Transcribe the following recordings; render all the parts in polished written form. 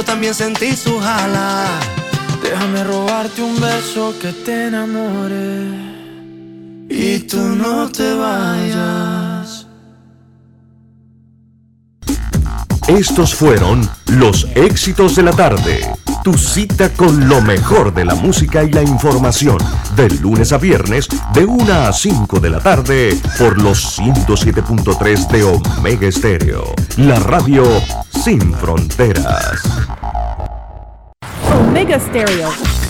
yo también sentí su jala. Déjame robarte un beso que te enamore y tú no te vayas. Estos fueron los éxitos de la tarde. Tu cita con lo mejor de la música y la información. De lunes a viernes, de 1 a 5 de la tarde, por los 107.3 de Omega Estéreo. La radio sin fronteras. Omega Stereo.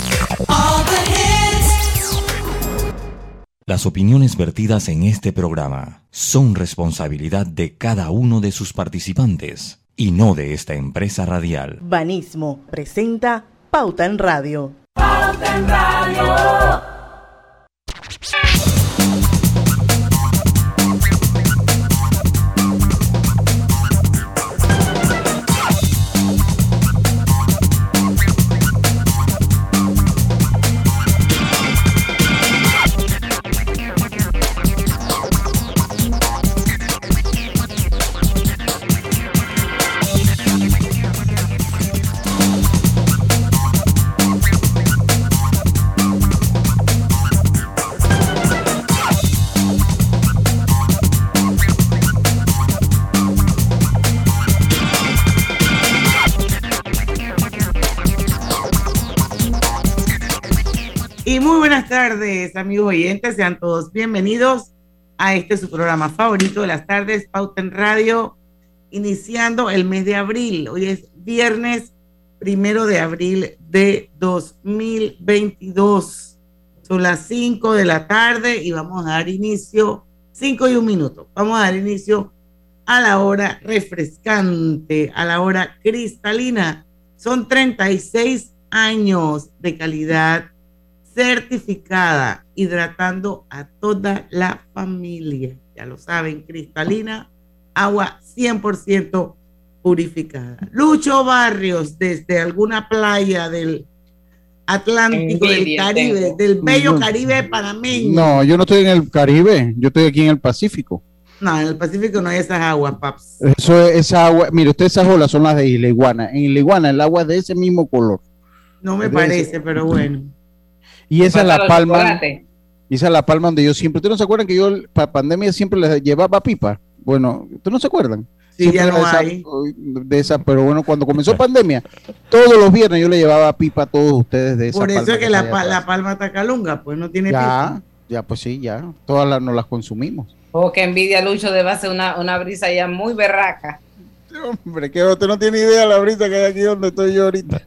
Las opiniones vertidas en este programa son responsabilidad de cada uno de sus participantes y no de esta empresa radial. Banismo presenta Pauta en Radio. Pauta en Radio. Y muy buenas tardes, amigos oyentes, sean todos bienvenidos a este su programa favorito de las tardes, Pauta en Radio, iniciando el mes de abril. Hoy es viernes 1 de abril de 2022. Son las 5 de la tarde y vamos a dar inicio, 5 y 1 minuto, vamos a dar inicio a la hora refrescante, a la hora cristalina. Son 36 años de calidad certificada, hidratando a toda la familia. Ya lo saben, cristalina, agua 100% purificada. Lucho Barrios, desde alguna playa del Atlántico, del Caribe, del bello Caribe panameño. No, yo no estoy en el Caribe, yo estoy aquí en el Pacífico. No, en el Pacífico no hay esas aguas, paps. Eso es esa agua, mire, usted, esas olas son las de Isla Iguana. En Isla Iguana el agua es de ese mismo color. No me parece, pero bueno. Y esa es la palma. Y esa es la palma donde yo siempre. ¿Ustedes no se acuerdan que yo para pandemia siempre les llevaba pipa? Bueno, ¿ustedes no se acuerdan? Sí, siempre ya no hay. De esa, pero bueno, cuando comenzó pandemia, todos los viernes yo le llevaba pipa a todos ustedes de esa. Por eso palma es que la palma Tacalunga, pues no tiene pipa. Ya, pues sí, ya. Todas nos las consumimos. Oh, qué envidia, Lucho, debe ser una brisa ya muy berraca. Hombre, que usted no tiene idea de la brisa que hay aquí donde estoy yo ahorita.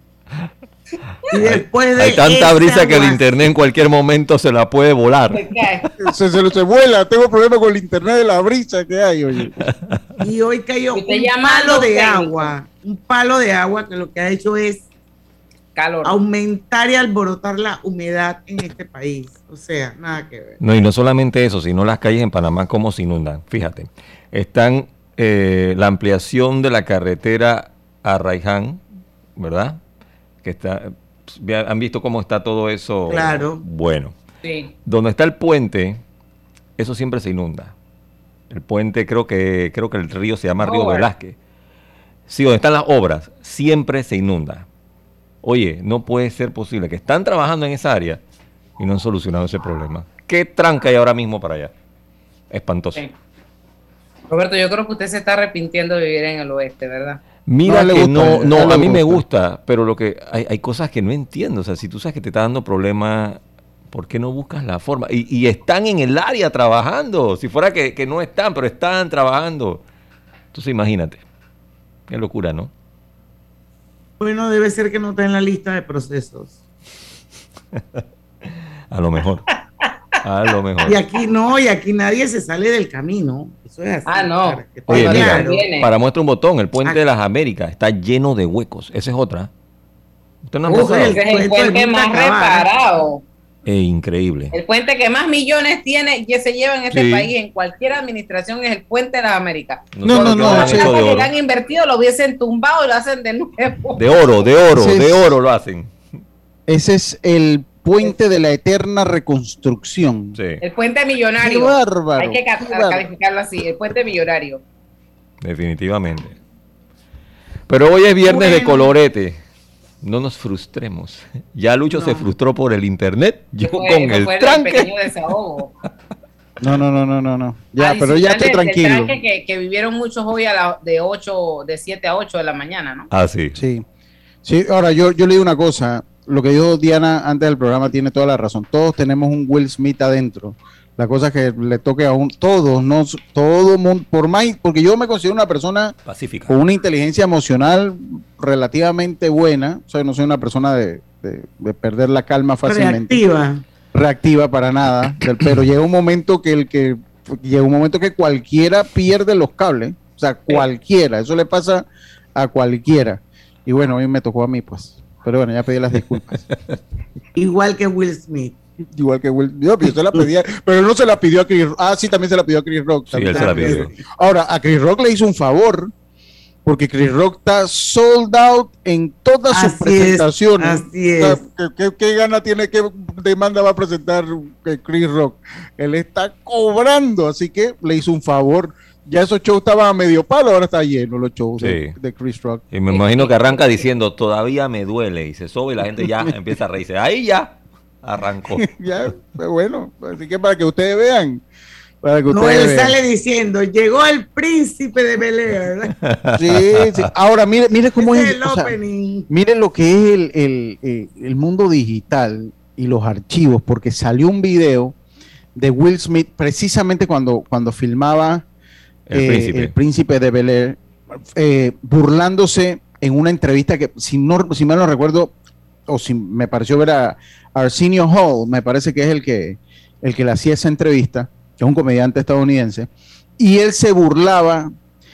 Y después de hay tanta brisa que el internet en cualquier momento se la puede volar. Se vuela, tengo problemas con el internet de la brisa que hay, oye. Y hoy cayó un palo de agua, que lo que ha hecho es calor, aumentar y alborotar la humedad en este país. O sea, nada que ver. No, y no solamente eso, sino las calles en Panamá cómo se inundan. Fíjate, están la ampliación de la carretera a Raiján, ¿verdad? Que está, han visto cómo está todo eso. Claro. Bueno, sí. Donde está el puente, eso siempre se inunda. El puente, creo que el río se llama Río Velázquez. Sí, donde están las obras, siempre se inunda. Oye, no puede ser posible que están trabajando en esa área y no han solucionado ese problema. ¿Qué tranca hay ahora mismo para allá? Espantoso. Sí. Roberto, yo creo que usted se está arrepintiendo de vivir en el oeste, ¿verdad? Mira no, que no, a mí me gusta, pero lo que hay cosas que no entiendo. O sea, si tú sabes que te está dando problemas, ¿por qué no buscas la forma? Y están en el área trabajando. Si fuera que no están, pero están trabajando. Entonces imagínate. Qué locura, ¿no? Bueno, debe ser que no está en la lista de procesos. A lo mejor. Y aquí nadie se sale del camino. Eso es así. No. Oye, mira, para muestra un botón, el puente de las Américas está lleno de huecos. Esa es otra. ¿Usted no ha pasado? Ese es el puente más reparado. Increíble. El puente que más millones tiene y se lleva en este país, en cualquier administración, es el puente de las Américas. No. Las que le han invertido lo hubiesen tumbado y lo hacen de nuevo. De oro lo hacen. Ese es el puente de la eterna reconstrucción. Sí. El puente millonario. Qué bárbaro. Hay que calificarlo así, el puente millonario. Definitivamente. Pero hoy es viernes de colorete. No nos frustremos. Ya Lucho se frustró por el internet. Yo con el tranque. No. Ya, pero ya estoy tranquilo. El tranque que vivieron muchos hoy de 7 a 8 de la mañana, ¿no? Ah, sí. Sí, ahora yo le digo una cosa. Lo que dijo Diana antes del programa tiene toda la razón. Todos tenemos un Will Smith adentro. La cosa es que le toque a todos, no todo mundo, porque yo me considero una persona pacífica, con una inteligencia emocional relativamente buena. O sea, no soy una persona de perder la calma fácilmente. Reactiva para nada. Pero llega un momento que cualquiera pierde los cables. O sea, cualquiera. Eso le pasa a cualquiera. Y bueno, hoy me tocó a mí, pues. Pero bueno, ya pedí las disculpas. Igual que Will Smith. Yo se la pedía, pero él no se la pidió a Chris Rock. Ah, sí, también se la pidió a Chris Rock. Sí, él se la pidió. Ahora, a Chris Rock le hizo un favor, porque Chris Rock está sold out en todas sus presentaciones. Así es. ¿Qué gana tiene, qué demanda va a presentar Chris Rock? Él está cobrando, así que le hizo un favor. Ya esos shows estaban a medio palo, ahora está lleno los shows de Chris Rock. Y me imagino que arranca diciendo, todavía me duele, y se sobe y la gente ya empieza a reírse. Ahí ya arrancó. Ya, bueno, así que para que ustedes vean. Él sale diciendo, llegó el príncipe de Bel-Air. Sí. Ahora, mire cómo es el opening. Mire lo que es el mundo digital y los archivos, porque salió un video de Will Smith precisamente cuando filmaba el príncipe de Bel-Air, burlándose en una entrevista que, si mal no recuerdo, o si me pareció ver a Arsenio Hall, me parece que es el que le hacía esa entrevista, que es un comediante estadounidense, y él se burlaba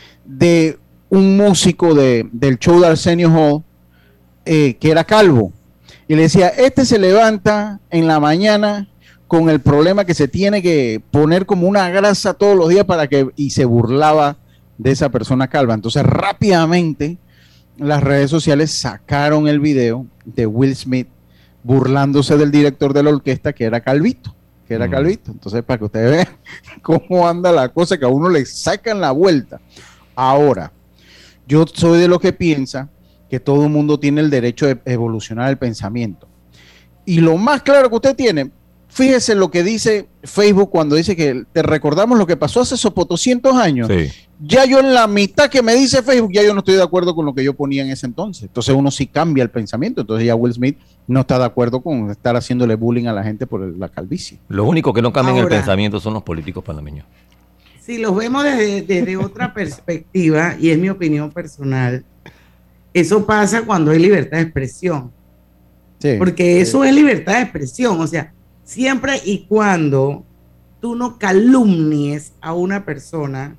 de un músico del show de Arsenio Hall, que era calvo, y le decía, se levanta en la mañana con el problema que se tiene que poner como una grasa todos los días y se burlaba de esa persona calva. Entonces rápidamente las redes sociales sacaron el video de Will Smith burlándose del director de la orquesta que era calvito. Entonces, para que ustedes vean cómo anda la cosa, que a uno le sacan la vuelta. Ahora, yo soy de los que piensa que todo el mundo tiene el derecho de evolucionar el pensamiento. Y lo más claro que usted tiene, fíjese lo que dice Facebook cuando dice que te recordamos lo que pasó hace 200 años. Sí. Ya yo en la mitad que me dice Facebook, ya yo no estoy de acuerdo con lo que yo ponía en ese entonces. Entonces uno sí cambia el pensamiento. Entonces ya Will Smith no está de acuerdo con estar haciéndole bullying a la gente por la calvicie. Lo único que no cambian el pensamiento son los políticos panameños. Si los vemos desde otra perspectiva, y es mi opinión personal, eso pasa cuando hay libertad de expresión. Sí, porque eso es libertad de expresión. O sea, siempre y cuando tú no calumnies a una persona,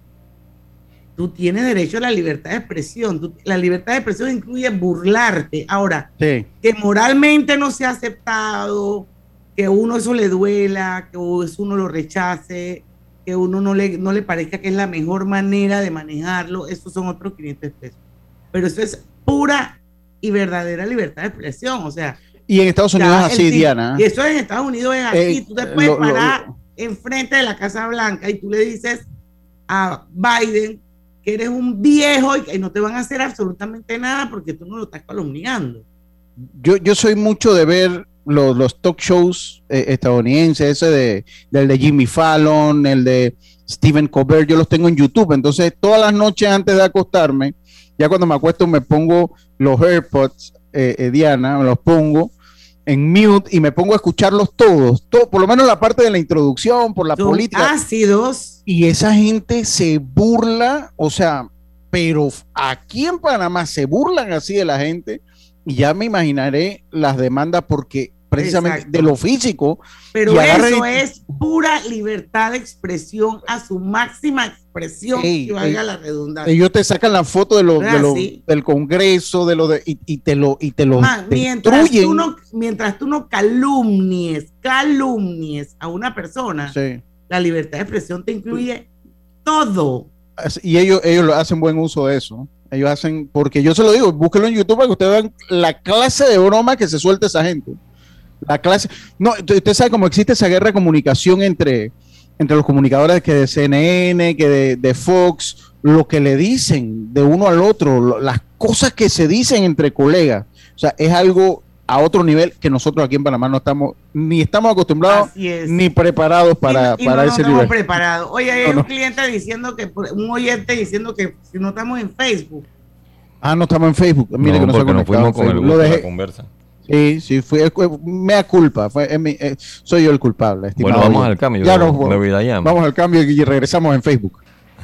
tú tienes derecho a la libertad de expresión. La libertad de expresión incluye burlarte. Ahora, que moralmente no sea aceptado, que a uno eso le duela, que uno lo rechace, que uno no le parezca que es la mejor manera de manejarlo, esos son otros 500 pesos. Pero eso es pura y verdadera libertad de expresión. O sea, y en Estados Unidos es así, Diana. Y eso en Estados Unidos es así. Tú te puedes parar enfrente de la Casa Blanca y tú le dices a Biden que eres un viejo y no te van a hacer absolutamente nada porque tú no lo estás calumniando. Yo soy mucho de ver los talk shows estadounidenses, del de Jimmy Fallon, el de Stephen Colbert, yo los tengo en YouTube. Entonces todas las noches antes de acostarme, ya cuando me acuesto me pongo los AirPods, Diana, me los pongo en mute y me pongo a escucharlos todos, por lo menos la parte de la introducción, por la política. Ácidos. Y esa gente se burla, o sea, pero aquí en Panamá se burlan así de la gente, y ya me imaginaré las demandas porque precisamente de lo físico. Pero eso es pura libertad de expresión a su máxima expresión, que valga la redundancia. Ellos te sacan la foto del Congreso, y te lo destruyen. Mientras tú no calumnies a una persona, la libertad de expresión te incluye todo. Y ellos hacen buen uso de eso. Ellos hacen, porque yo se lo digo, búsquenlo en YouTube para que ustedes vean la clase de broma que se suelta esa gente. La clase. No, usted sabe cómo existe esa guerra de comunicación entre los comunicadores que de CNN, que de Fox, lo que le dicen de uno al otro, las cosas que se dicen entre colegas. O sea, es algo a otro nivel que nosotros aquí en Panamá no estamos acostumbrados ni preparados para ese nivel. No estamos preparados. Oye, hay un cliente diciendo un oyente diciendo que si no estamos en Facebook. No estamos en Facebook. Mire que nos fuimos con el gusto de la conversa. Sí, mea culpa. Soy yo el culpable, estimado. Bueno, vamos al cambio. Vamos al cambio y regresamos en Facebook.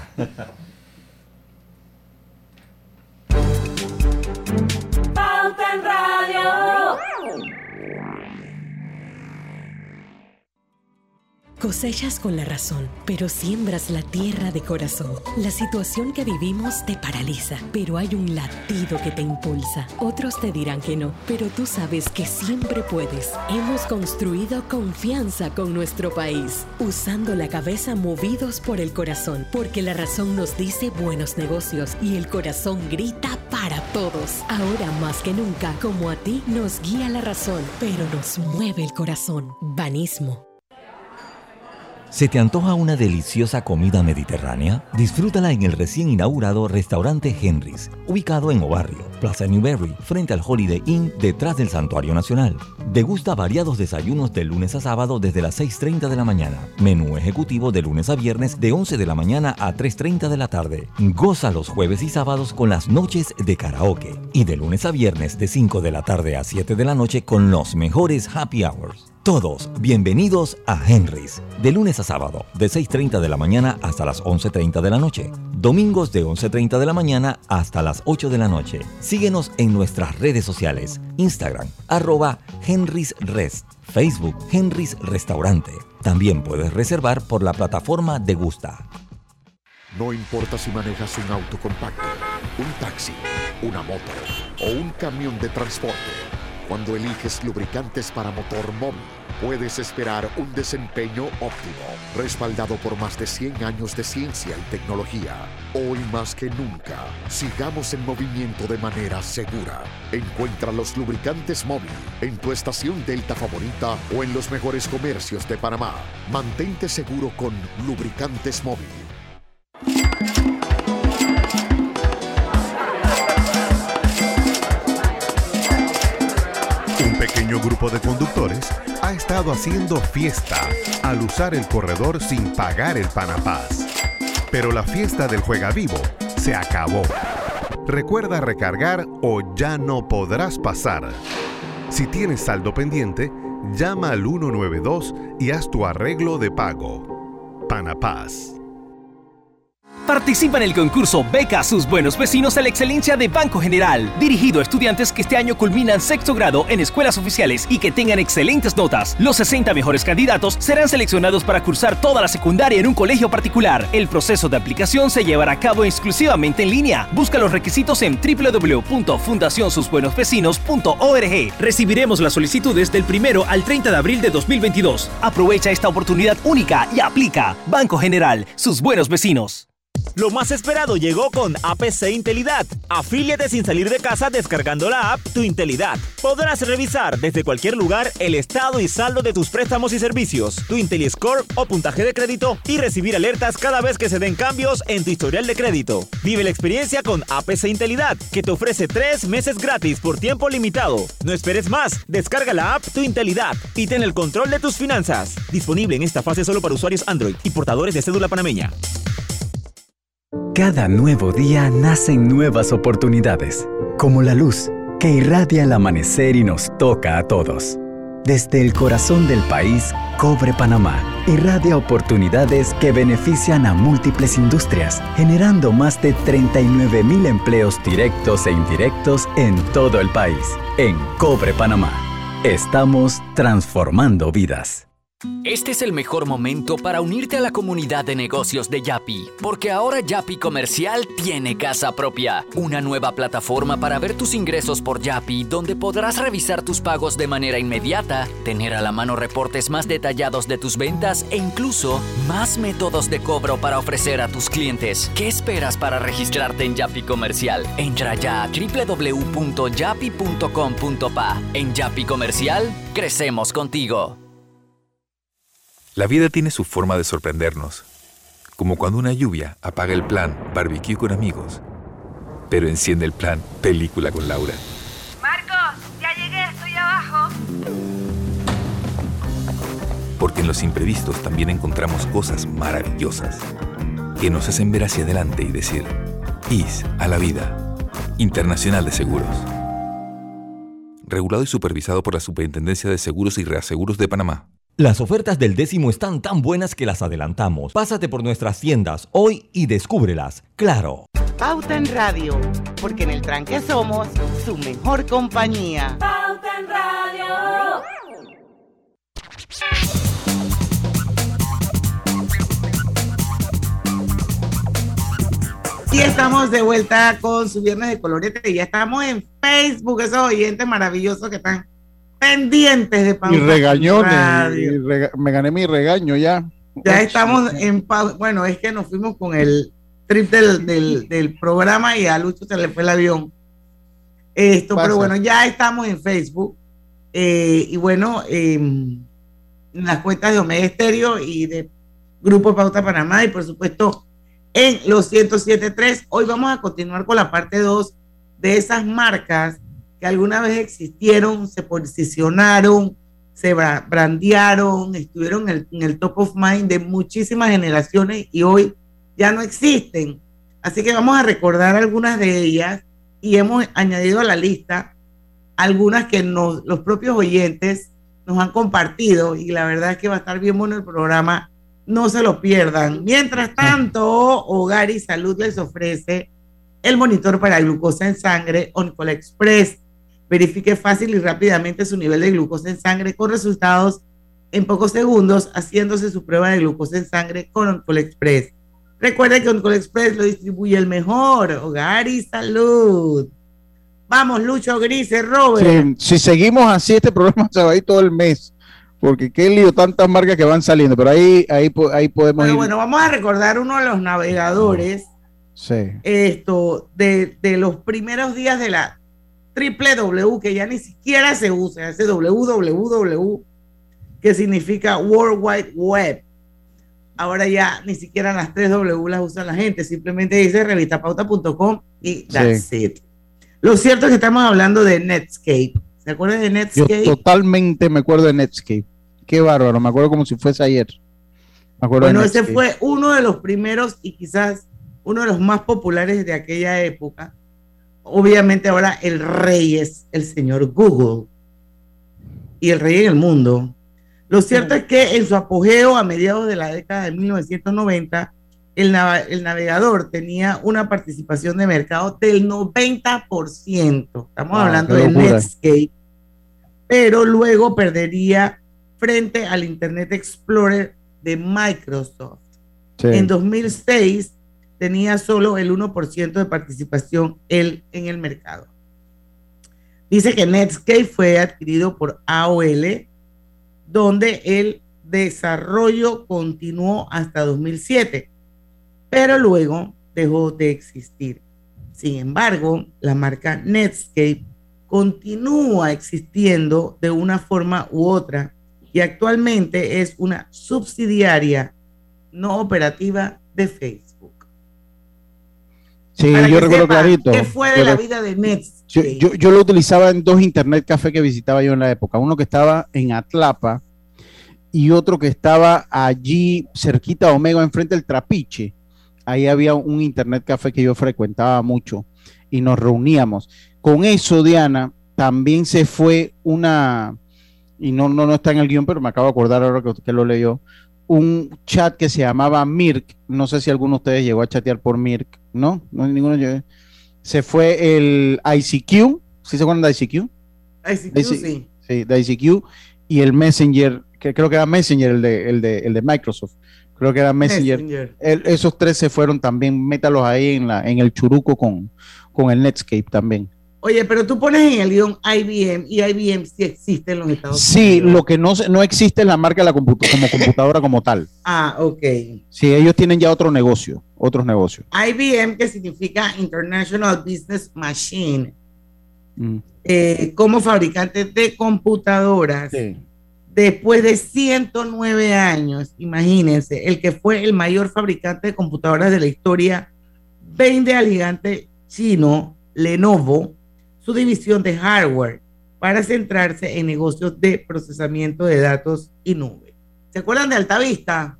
Pauta en Radio. Cosechas con la razón, pero siembras la tierra de corazón. La situación que vivimos te paraliza, pero hay un latido que te impulsa. Otros te dirán que no, pero tú sabes que siempre puedes. Hemos construido confianza con nuestro país, usando la cabeza movidos por el corazón, porque la razón nos dice buenos negocios y el corazón grita para todos. Ahora más que nunca, como a ti, nos guía la razón, pero nos mueve el corazón. Banismo. ¿Se te antoja una deliciosa comida mediterránea? Disfrútala en el recién inaugurado restaurante Henry's, ubicado en Obarrio, Plaza Newberry, frente al Holiday Inn, detrás del Santuario Nacional. Degusta variados desayunos de lunes a sábado desde las 6:30 de la mañana. Menú ejecutivo de lunes a viernes de 11 de la mañana a 3:30 de la tarde. Goza los jueves y sábados con las noches de karaoke. Y de lunes a viernes de 5 de la tarde a 7 de la noche con los mejores happy hours. Todos bienvenidos a Henry's, de lunes a sábado, de 6:30 de la mañana hasta las 11:30 de la noche. Domingos de 11:30 de la mañana hasta las 8 de la noche. Síguenos en nuestras redes sociales, Instagram, @Henry'sRest, Facebook, Henry's Restaurante. También puedes reservar por la plataforma Degusta. No importa si manejas un auto compacto, un taxi, una moto o un camión de transporte. Cuando eliges lubricantes para motor móvil, puedes esperar un desempeño óptimo, respaldado por más de 100 años de ciencia y tecnología. Hoy más que nunca, sigamos en movimiento de manera segura. Encuentra los lubricantes móvil en tu estación Delta favorita o en los mejores comercios de Panamá. Mantente seguro con lubricantes móvil. Un pequeño grupo de conductores ha estado haciendo fiesta al usar el corredor sin pagar el Panapaz. Pero la fiesta del Juega Vivo se acabó. Recuerda recargar o ya no podrás pasar. Si tienes saldo pendiente, llama al 192 y haz tu arreglo de pago. Panapaz. Participa en el concurso Beca a sus buenos vecinos a la excelencia de Banco General, dirigido a estudiantes que este año culminan sexto grado en escuelas oficiales y que tengan excelentes notas. Los 60 mejores candidatos serán seleccionados para cursar toda la secundaria en un colegio particular. El proceso de aplicación se llevará a cabo exclusivamente en línea. Busca los requisitos en www.fundacionsusbuenosvecinos.org. Recibiremos las solicitudes del 1 al 30 de abril de 2022. Aprovecha esta oportunidad única y aplica. Banco General, sus buenos vecinos. Lo más esperado llegó con APC Intelidad. Afíliate sin salir de casa descargando la app Tu Intelidad. Podrás revisar desde cualquier lugar el estado y saldo de tus préstamos y servicios, tu IntelliScore o puntaje de crédito y recibir alertas cada vez que se den cambios en tu historial de crédito. Vive la experiencia con APC Intelidad, que te ofrece 3 meses gratis por tiempo limitado. No esperes más, descarga la app Tu Intelidad y ten el control de tus finanzas. Disponible en esta fase solo para usuarios Android y portadores de cédula panameña. Cada nuevo día nacen nuevas oportunidades, como la luz que irradia el amanecer y nos toca a todos. Desde el corazón del país, Cobre Panamá irradia oportunidades que benefician a múltiples industrias, generando más de 39,000 empleos directos e indirectos en todo el país. En Cobre Panamá, estamos transformando vidas. Este es el mejor momento para unirte a la comunidad de negocios de Yapi, porque ahora Yapi Comercial tiene casa propia, una nueva plataforma para ver tus ingresos por Yapi, donde podrás revisar tus pagos de manera inmediata, tener a la mano reportes más detallados de tus ventas e incluso más métodos de cobro para ofrecer a tus clientes. ¿Qué esperas para registrarte en Yapi Comercial? Entra ya a www.yapi.com.pa. En Yapi Comercial, crecemos contigo. La vida tiene su forma de sorprendernos, Como cuando una lluvia apaga el plan barbecue con amigos, pero enciende el plan película con Laura. Marcos, ya llegué, estoy abajo. Porque en los imprevistos también encontramos cosas maravillosas que nos hacen ver hacia adelante y decir, IS a la vida. Internacional de Seguros. Regulado y supervisado por la Superintendencia de Seguros y Reaseguros de Panamá. Las ofertas del 10º están tan buenas que las adelantamos. Pásate por nuestras tiendas hoy y descúbrelas. ¡Claro! Pauta en Radio, porque en el tranque somos su mejor compañía. Pauta en Radio. Y estamos de vuelta con su Viernes de Colorete y ya estamos en Facebook, esos oyentes maravillosos que están pendientes de Pauta y regañones, me gané mi regaño ya. Ya estamos en pausa. Bueno, es que nos fuimos con el trip del programa y a Lucho se le fue el avión. Pero bueno, ya estamos en Facebook y bueno, en las cuentas de Omega Estéreo y de Grupo Pauta Panamá y por supuesto en los 107.3. Hoy vamos a continuar con la parte 2 de esas marcas que alguna vez existieron, se posicionaron, se brandearon, estuvieron en el top of mind de muchísimas generaciones y hoy ya no existen. Así que vamos a recordar algunas de ellas y hemos añadido a la lista algunas que los propios oyentes nos han compartido y la verdad es que va a estar bien bueno el programa, no se lo pierdan. Mientras tanto, Hogar y Salud les ofrece el monitor para glucosa en sangre Oncol Express. Verifique fácil y rápidamente su nivel de glucosa en sangre con resultados en pocos segundos haciéndose su prueba de glucosa en sangre con Oncol Express. Recuerde que Oncol Express lo distribuye el mejor Hogar y Salud. Vamos, Lucho Grise, Robert. Si seguimos así, este programa se va a ir todo el mes, porque qué lío, tantas marcas que van saliendo, pero ahí podemos ir. Bueno, vamos a recordar uno de los navegadores de los primeros días de la www, que ya ni siquiera se usa, ese www, que significa World Wide Web. Ahora ya ni siquiera las 3 W las usa la gente, simplemente dice revistapauta.com y that's it. Lo cierto es que estamos hablando de Netscape. ¿Se acuerdan de Netscape? Yo totalmente me acuerdo de Netscape. Qué bárbaro, me acuerdo como si fuese ayer. Bueno, ese fue uno de los primeros y quizás uno de los más populares de aquella época. Obviamente ahora el rey es el señor Google y el rey en el mundo. Lo cierto es que en su apogeo a mediados de la década de 1990, el navegador tenía una participación de mercado del 90%. Estamos hablando de Netscape, pero luego perdería frente al Internet Explorer de Microsoft. En 2006 tenía solo el 1% de participación en el mercado. Dice que Netscape fue adquirido por AOL, donde el desarrollo continuó hasta 2007, pero luego dejó de existir. Sin embargo, la marca Netscape continúa existiendo de una forma u otra y actualmente es una subsidiaria no operativa de Facebook. Sí, yo recuerdo clarito. ¿Qué fue de la vida de Netscape? Yo lo utilizaba en 2 internet café que visitaba yo en la época. Uno que estaba en Atlapa y otro que estaba allí cerquita de Omega, enfrente del Trapiche. Ahí había un internet café que yo frecuentaba mucho y nos reuníamos. Con eso, Diana, también se fue una, y no está en el guión, pero me acabo de acordar ahora que lo leyó, un chat que se llamaba Mirk. No sé si alguno de ustedes llegó a chatear por Mirk. No ninguno llegó. Se fue el ICQ. ¿Sí se acuerdan de ICQ? ICQ, sí. Sí, de ICQ. Y el Messenger, que creo que era Messenger, el de Microsoft. Creo que era Messenger. Esos 3 se fueron también. Métalos ahí en el churuco con el Netscape también. Oye, pero tú pones en el guión IBM y IBM sí existe en los Estados Unidos. Sí, lo que no existe es la marca de la como computadora como tal. Ah, ok. Sí, ellos tienen ya otros negocios. IBM, que significa International Business Machine, como fabricante de computadoras, después de 109 años, imagínense, el que fue el mayor fabricante de computadoras de la historia, vende al gigante chino Lenovo su división de hardware para centrarse en negocios de procesamiento de datos y nube. ¿Se acuerdan de Altavista?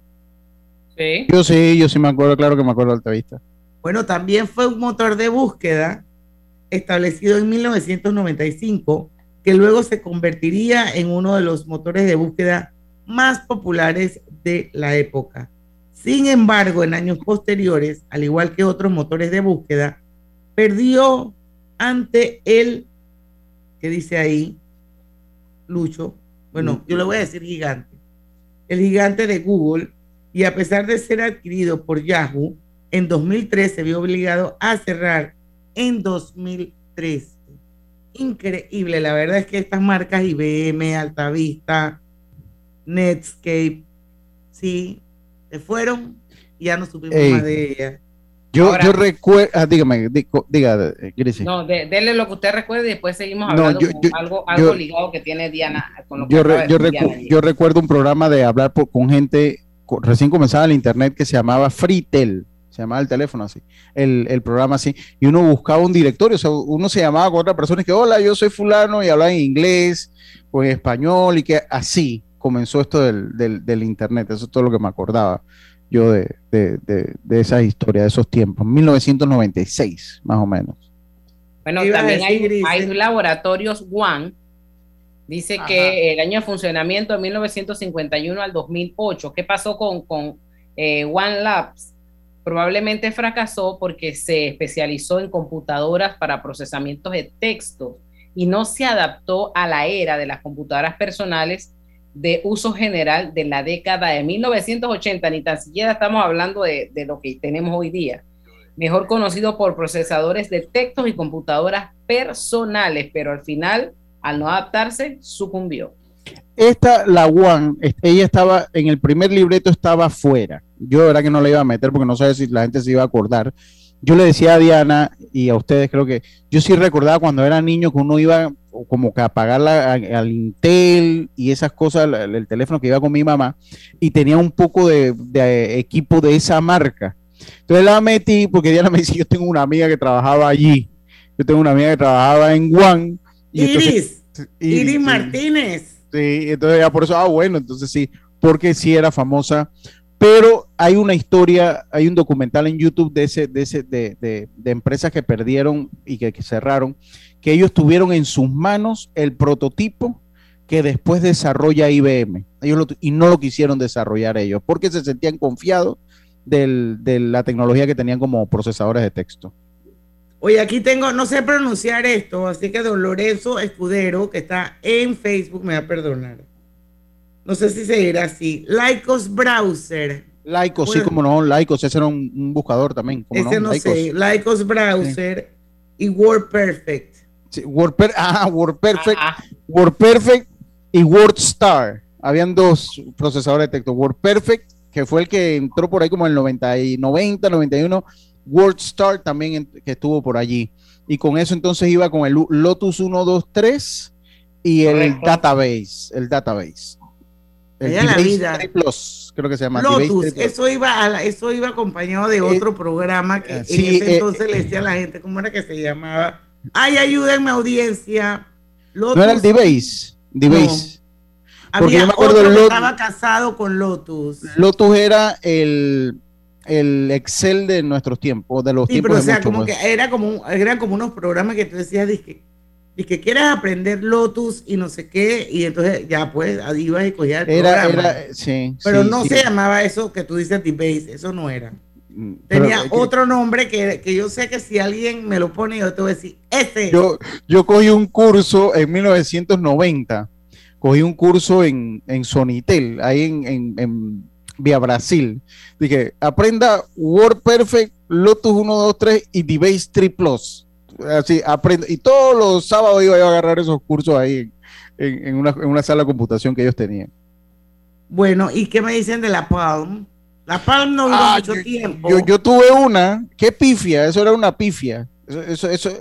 Sí. Yo sí me acuerdo, claro que me acuerdo de Altavista. Bueno, también fue un motor de búsqueda establecido en 1995, que luego se convertiría en uno de los motores de búsqueda más populares de la época. Sin embargo, en años posteriores, al igual que otros motores de búsqueda, perdió ante el, ¿qué dice ahí? Lucho. Bueno, yo le voy a decir gigante. El gigante de Google, y a pesar de ser adquirido por Yahoo, en 2003 se vio obligado a cerrar en 2013. Increíble, la verdad es que estas marcas IBM, Altavista, Netscape, sí, se fueron y ya no supimos más de ellas. Yo recuerdo, dígame, diga, Grecia. No, dele lo que usted recuerde y después seguimos hablando algo ligado que tiene Diana. Con lo que yo recuerdo un programa de hablar con gente, recién comenzaba el internet, que se llamaba Freetel, se llamaba el teléfono así, el programa así, y uno buscaba un directorio, o sea, uno se llamaba con otra persona y que, hola, yo soy fulano, y hablaba en inglés o en español, y que así comenzó esto del internet. Eso es todo lo que me acordaba yo de esa historia, de esos tiempos, 1996, más o menos. Bueno, también hay laboratorios One, dice que el año de funcionamiento de 1951 al 2008. ¿Qué pasó con One Labs? Probablemente fracasó porque se especializó en computadoras para procesamientos de texto y no se adaptó a la era de las computadoras personales de uso general de la década de 1980, ni tan siquiera estamos hablando de lo que tenemos hoy día, mejor conocido por procesadores de textos y computadoras personales, pero al final, al no adaptarse, sucumbió. La One, ella estaba, en el primer libreto estaba fuera. Yo de verdad que no la iba a meter porque no sabía si la gente se iba a acordar. Yo le decía a Diana y a ustedes, creo que yo sí recordaba cuando era niño que uno iba como que a pagar al Intel y esas cosas, el teléfono que iba con mi mamá, y tenía un poco de equipo de esa marca. Entonces la metí porque Diana me dice, yo tengo una amiga que trabajaba allí, yo tengo una amiga que trabajaba en One. Y Iris Martínez. Sí, entonces ya por eso, bueno, entonces sí, porque sí era famosa. Pero hay una historia, hay un documental en YouTube de empresas que perdieron y que cerraron, que ellos tuvieron en sus manos el prototipo que después desarrolla IBM. Y no lo quisieron desarrollar ellos, porque se sentían confiados de la tecnología que tenían como procesadores de texto. Oye, aquí tengo, no sé pronunciar esto, así que don Lorenzo Escudero, que está en Facebook, me va a perdonar. No sé si se dirá así. Lycos Browser. Lycos, sí, como no, Lycos, ese era un buscador también. Ese no sé, Lycos Browser, sí. Y WordPerfect. Sí, WordPerfect, WordPerfect y WordStar. Habían dos procesadores de texto. WordPerfect, que fue el que entró por ahí como en el 90, 91. WordStar también que estuvo por allí. Y con eso entonces iba con el Lotus 123 y el database. El Device Plus, creo que se llama Lotus. Eso iba acompañado de otro programa que sí, en ese entonces le decía a la gente, ¿cómo era que se llamaba? Ay, ayúdenme, audiencia. Lotus. No era el Device. No. Había otro que estaba casado con Lotus. Lotus era el Excel de nuestros tiempos, de los tiempos. Pero o sea, como que eran como unos programas que tú decías, que quieres aprender Lotus y no sé qué, y entonces ya pues ibas y cogías el programa. Sí, pero sí, no sí. Se llamaba eso que tú dices Device, eso no era. Tenía otro nombre que yo sé que si alguien me lo pone, yo te voy a decir, ese. Yo cogí un curso en 1990, cogí un curso en Sonitel, ahí en Vía Brasil. Dije, aprenda WordPerfect, Lotus 123 y Device 3 Plus. Así aprendo, y todos los sábados iba a agarrar esos cursos ahí en una sala de computación que ellos tenían. Bueno, ¿y qué me dicen de la Palm? La Palm no duró mucho tiempo. Yo tuve una, qué pifia, eso era una pifia.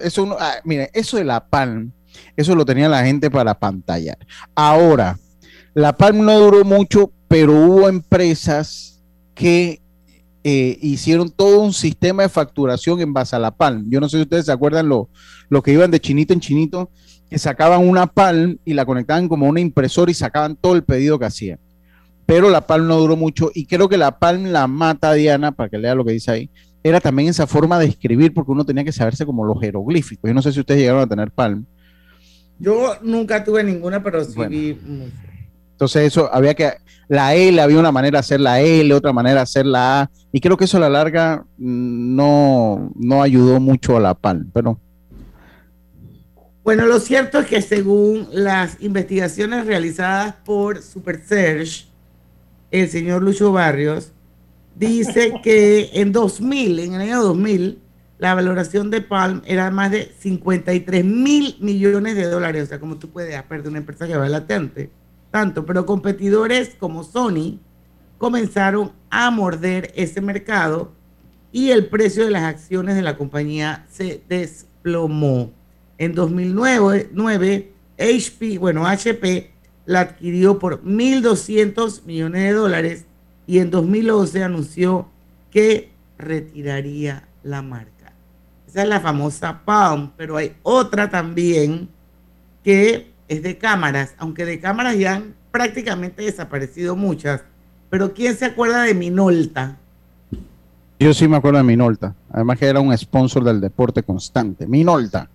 Mire, eso de la Palm, eso lo tenía la gente para pantallar. Ahora, La Palm no duró mucho, pero hubo empresas que hicieron todo un sistema de facturación en base a la Palm. Yo no sé si ustedes se acuerdan lo que iban de chinito en chinito, que sacaban una Palm y la conectaban como una impresora y sacaban todo el pedido que hacían. Pero la Palm no duró mucho y creo que la Palm la mata, Diana, para que lea lo que dice ahí, era también esa forma de escribir porque uno tenía que saberse como los jeroglíficos. Yo no sé si ustedes llegaron a tener Palm. Yo nunca tuve ninguna, pero sí bueno. vi. Entonces eso, había que, la L, había una manera de hacer la L, otra manera de hacer la A, y creo que eso a la larga no ayudó mucho a la Palm, pero... Bueno, lo cierto es que según las investigaciones realizadas por SuperSearch, el señor Lucho Barrios dice que en el año 2000, la valoración de Palm era más de 53 mil millones de dólares. O sea, como tú puedes perder una empresa que vale tanto, pero competidores como Sony comenzaron a morder ese mercado y el precio de las acciones de la compañía se desplomó. En 2009, HP la adquirió por 1.200 millones de dólares y en 2011 anunció que retiraría la marca. Esa es la famosa Palm, pero hay otra también que es de cámaras, aunque de cámaras ya han prácticamente desaparecido muchas. Pero ¿quién se acuerda de Minolta? Yo sí me acuerdo de Minolta, además que era un sponsor del deporte constante. Minolta.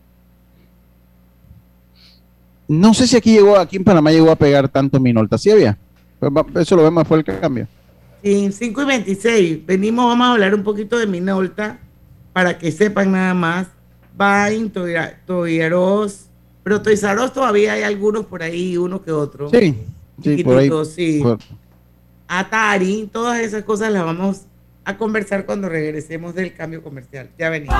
No sé si aquí en Panamá llegó a pegar tanto Minolta. ¿Sí había? Eso lo vemos, fue el cambio. Sí, 5:26. Vamos a hablar un poquito de Minolta para que sepan nada más. Vine, Toys R Us, pero Toys R Us todavía hay algunos por ahí, uno que otro. Sí, por ahí. Sí. Atari, todas esas cosas las vamos a conversar cuando regresemos del cambio comercial. Ya venimos.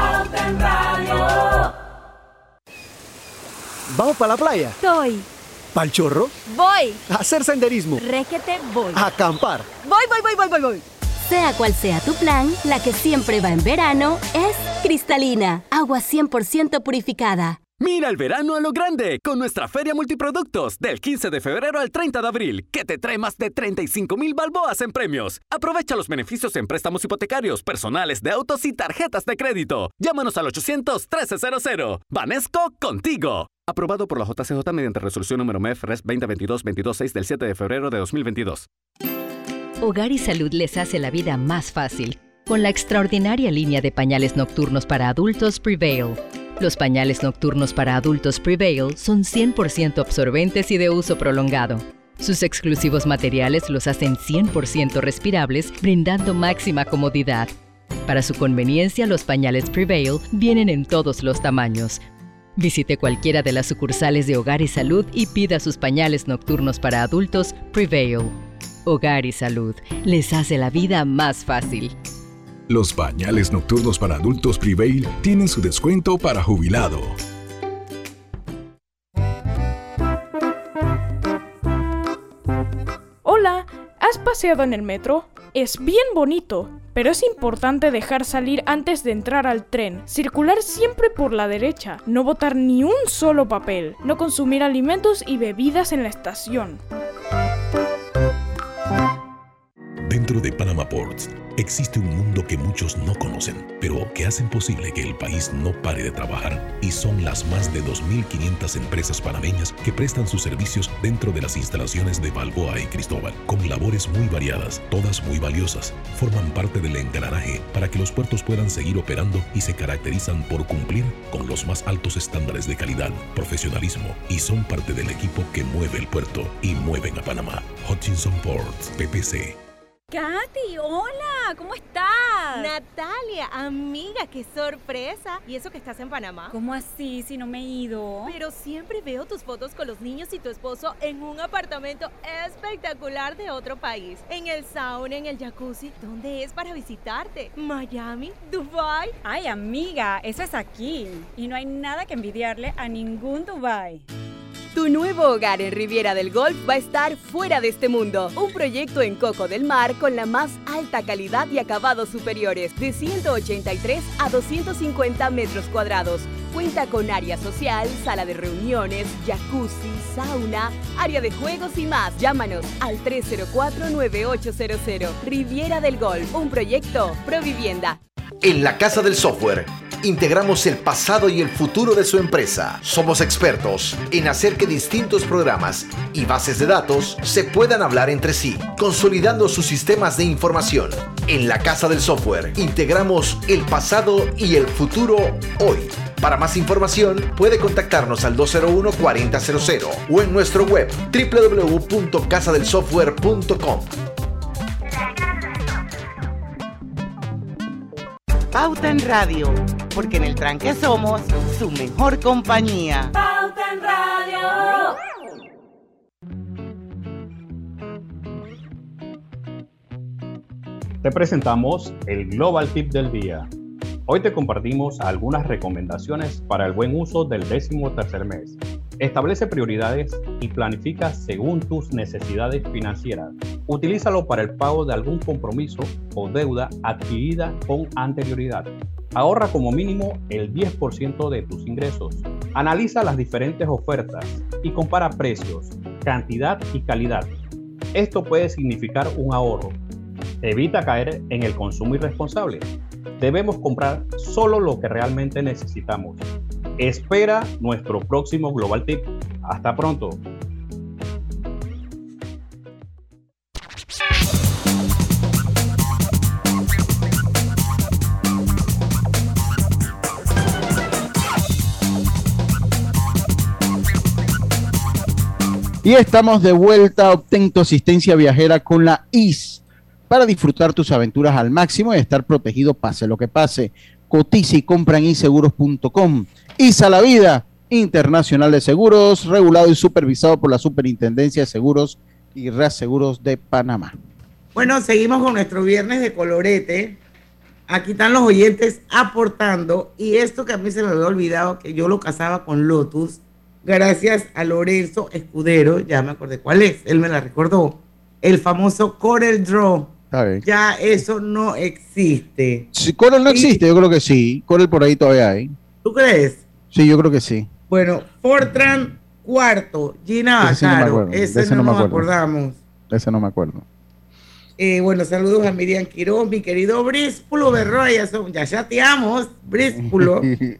¿Vamos para la playa? Estoy. ¿Pa'l chorro? Voy. ¿A hacer senderismo? Réquete, voy. ¿A acampar? Voy. Sea cual sea tu plan, la que siempre va en verano es Cristalina, agua 100% purificada. Mira el verano a lo grande con nuestra Feria Multiproductos del 15 de febrero al 30 de abril, que te trae más de 35,000 balboas en premios. Aprovecha los beneficios en préstamos hipotecarios, personales de autos y tarjetas de crédito. Llámanos al 800-1300. Banesco, contigo. Aprobado por la JCJ mediante resolución número MEF Res 2022-226 del 7 de febrero de 2022. Hogar y Salud les hace la vida más fácil con la extraordinaria línea de pañales nocturnos para adultos Prevail. Los pañales nocturnos para adultos Prevail son 100% absorbentes y de uso prolongado. Sus exclusivos materiales los hacen 100% respirables, brindando máxima comodidad. Para su conveniencia, los pañales Prevail vienen en todos los tamaños. Visite cualquiera de las sucursales de Hogar y Salud y pida sus pañales nocturnos para adultos Prevail. Hogar y Salud les hace la vida más fácil. Los pañales nocturnos para adultos Prevail tienen su descuento para jubilado. Hola, ¿has paseado en el metro? Es bien bonito, pero es importante dejar salir antes de entrar al tren, circular siempre por la derecha, no botar ni un solo papel, no consumir alimentos y bebidas en la estación. Dentro de Panama Ports existe un mundo que muchos no conocen, pero que hacen posible que el país no pare de trabajar, y son las más de 2.500 empresas panameñas que prestan sus servicios dentro de las instalaciones de Balboa y Cristóbal, con labores muy variadas, todas muy valiosas. Forman parte del engranaje para que los puertos puedan seguir operando y se caracterizan por cumplir con los más altos estándares de calidad, profesionalismo, y son parte del equipo que mueve el puerto y mueven a Panamá. Hutchinson Ports, PPC. Katy, hola, ¿cómo estás? Natalia, amiga, qué sorpresa. ¿Y eso que estás en Panamá? ¿Cómo así, si no me he ido? Pero siempre veo tus fotos con los niños y tu esposo en un apartamento espectacular de otro país. En el sauna, en el jacuzzi. ¿Dónde es para visitarte? ¿Miami? ¿Dubái? Ay, amiga, eso es aquí. Y no hay nada que envidiarle a ningún Dubái. Tu nuevo hogar en Riviera del Golf va a estar fuera de este mundo. Un proyecto en Coco del Mar con la más alta calidad y acabados superiores, de 183 a 250 metros cuadrados. Cuenta con área social, sala de reuniones, jacuzzi, sauna, área de juegos y más. Llámanos al 304-9800. Riviera del Golf, un proyecto Provivienda. En la Casa del Software, integramos el pasado y el futuro de su empresa. Somos expertos en hacer que distintos programas y bases de datos se puedan hablar entre sí, consolidando sus sistemas de información. En la Casa del Software, integramos el pasado y el futuro hoy. Para más información, puede contactarnos al 201-4000 o en nuestro web www.casadelsoftware.com. Pauta en Radio, porque en el tranque somos su mejor compañía. Pauta en Radio. Te presentamos el Global Tip del día. Hoy te compartimos algunas recomendaciones para el buen uso del 13º mes. Establece prioridades y planifica según tus necesidades financieras. Utilízalo para el pago de algún compromiso o deuda adquirida con anterioridad. Ahorra como mínimo el 10% de tus ingresos. Analiza las diferentes ofertas y compara precios, cantidad y calidad. Esto puede significar un ahorro. Evita caer en el consumo irresponsable. Debemos comprar solo lo que realmente necesitamos. Espera nuestro próximo Global Tip. Hasta pronto. Y estamos de vuelta. Obtén tu asistencia viajera con la IS para disfrutar tus aventuras al máximo y estar protegido pase lo que pase. Cotiza y compra en iseguros.com. IS a la vida, Internacional de Seguros, regulado y supervisado por la Superintendencia de Seguros y Reaseguros de Panamá. Bueno, seguimos con nuestro viernes de colorete. Aquí están los oyentes aportando. Y esto que a mí se me había olvidado, que yo lo casaba con Lotus, gracias a Lorenzo Escudero, ya me acordé cuál es, él me la recordó, el famoso Corel Draw. Ya eso no existe. Si Corel no existe, yo creo que sí. Corel por ahí todavía hay. ¿Tú crees? Sí, yo creo que sí. Bueno, Fortran cuarto, Gina Bacaro, ese no nos acordamos. Ese no me acuerdo. Bueno, saludos a Miriam Quiroz, mi querido Bríspulo Berroa, ya chateamos, Bríspulo.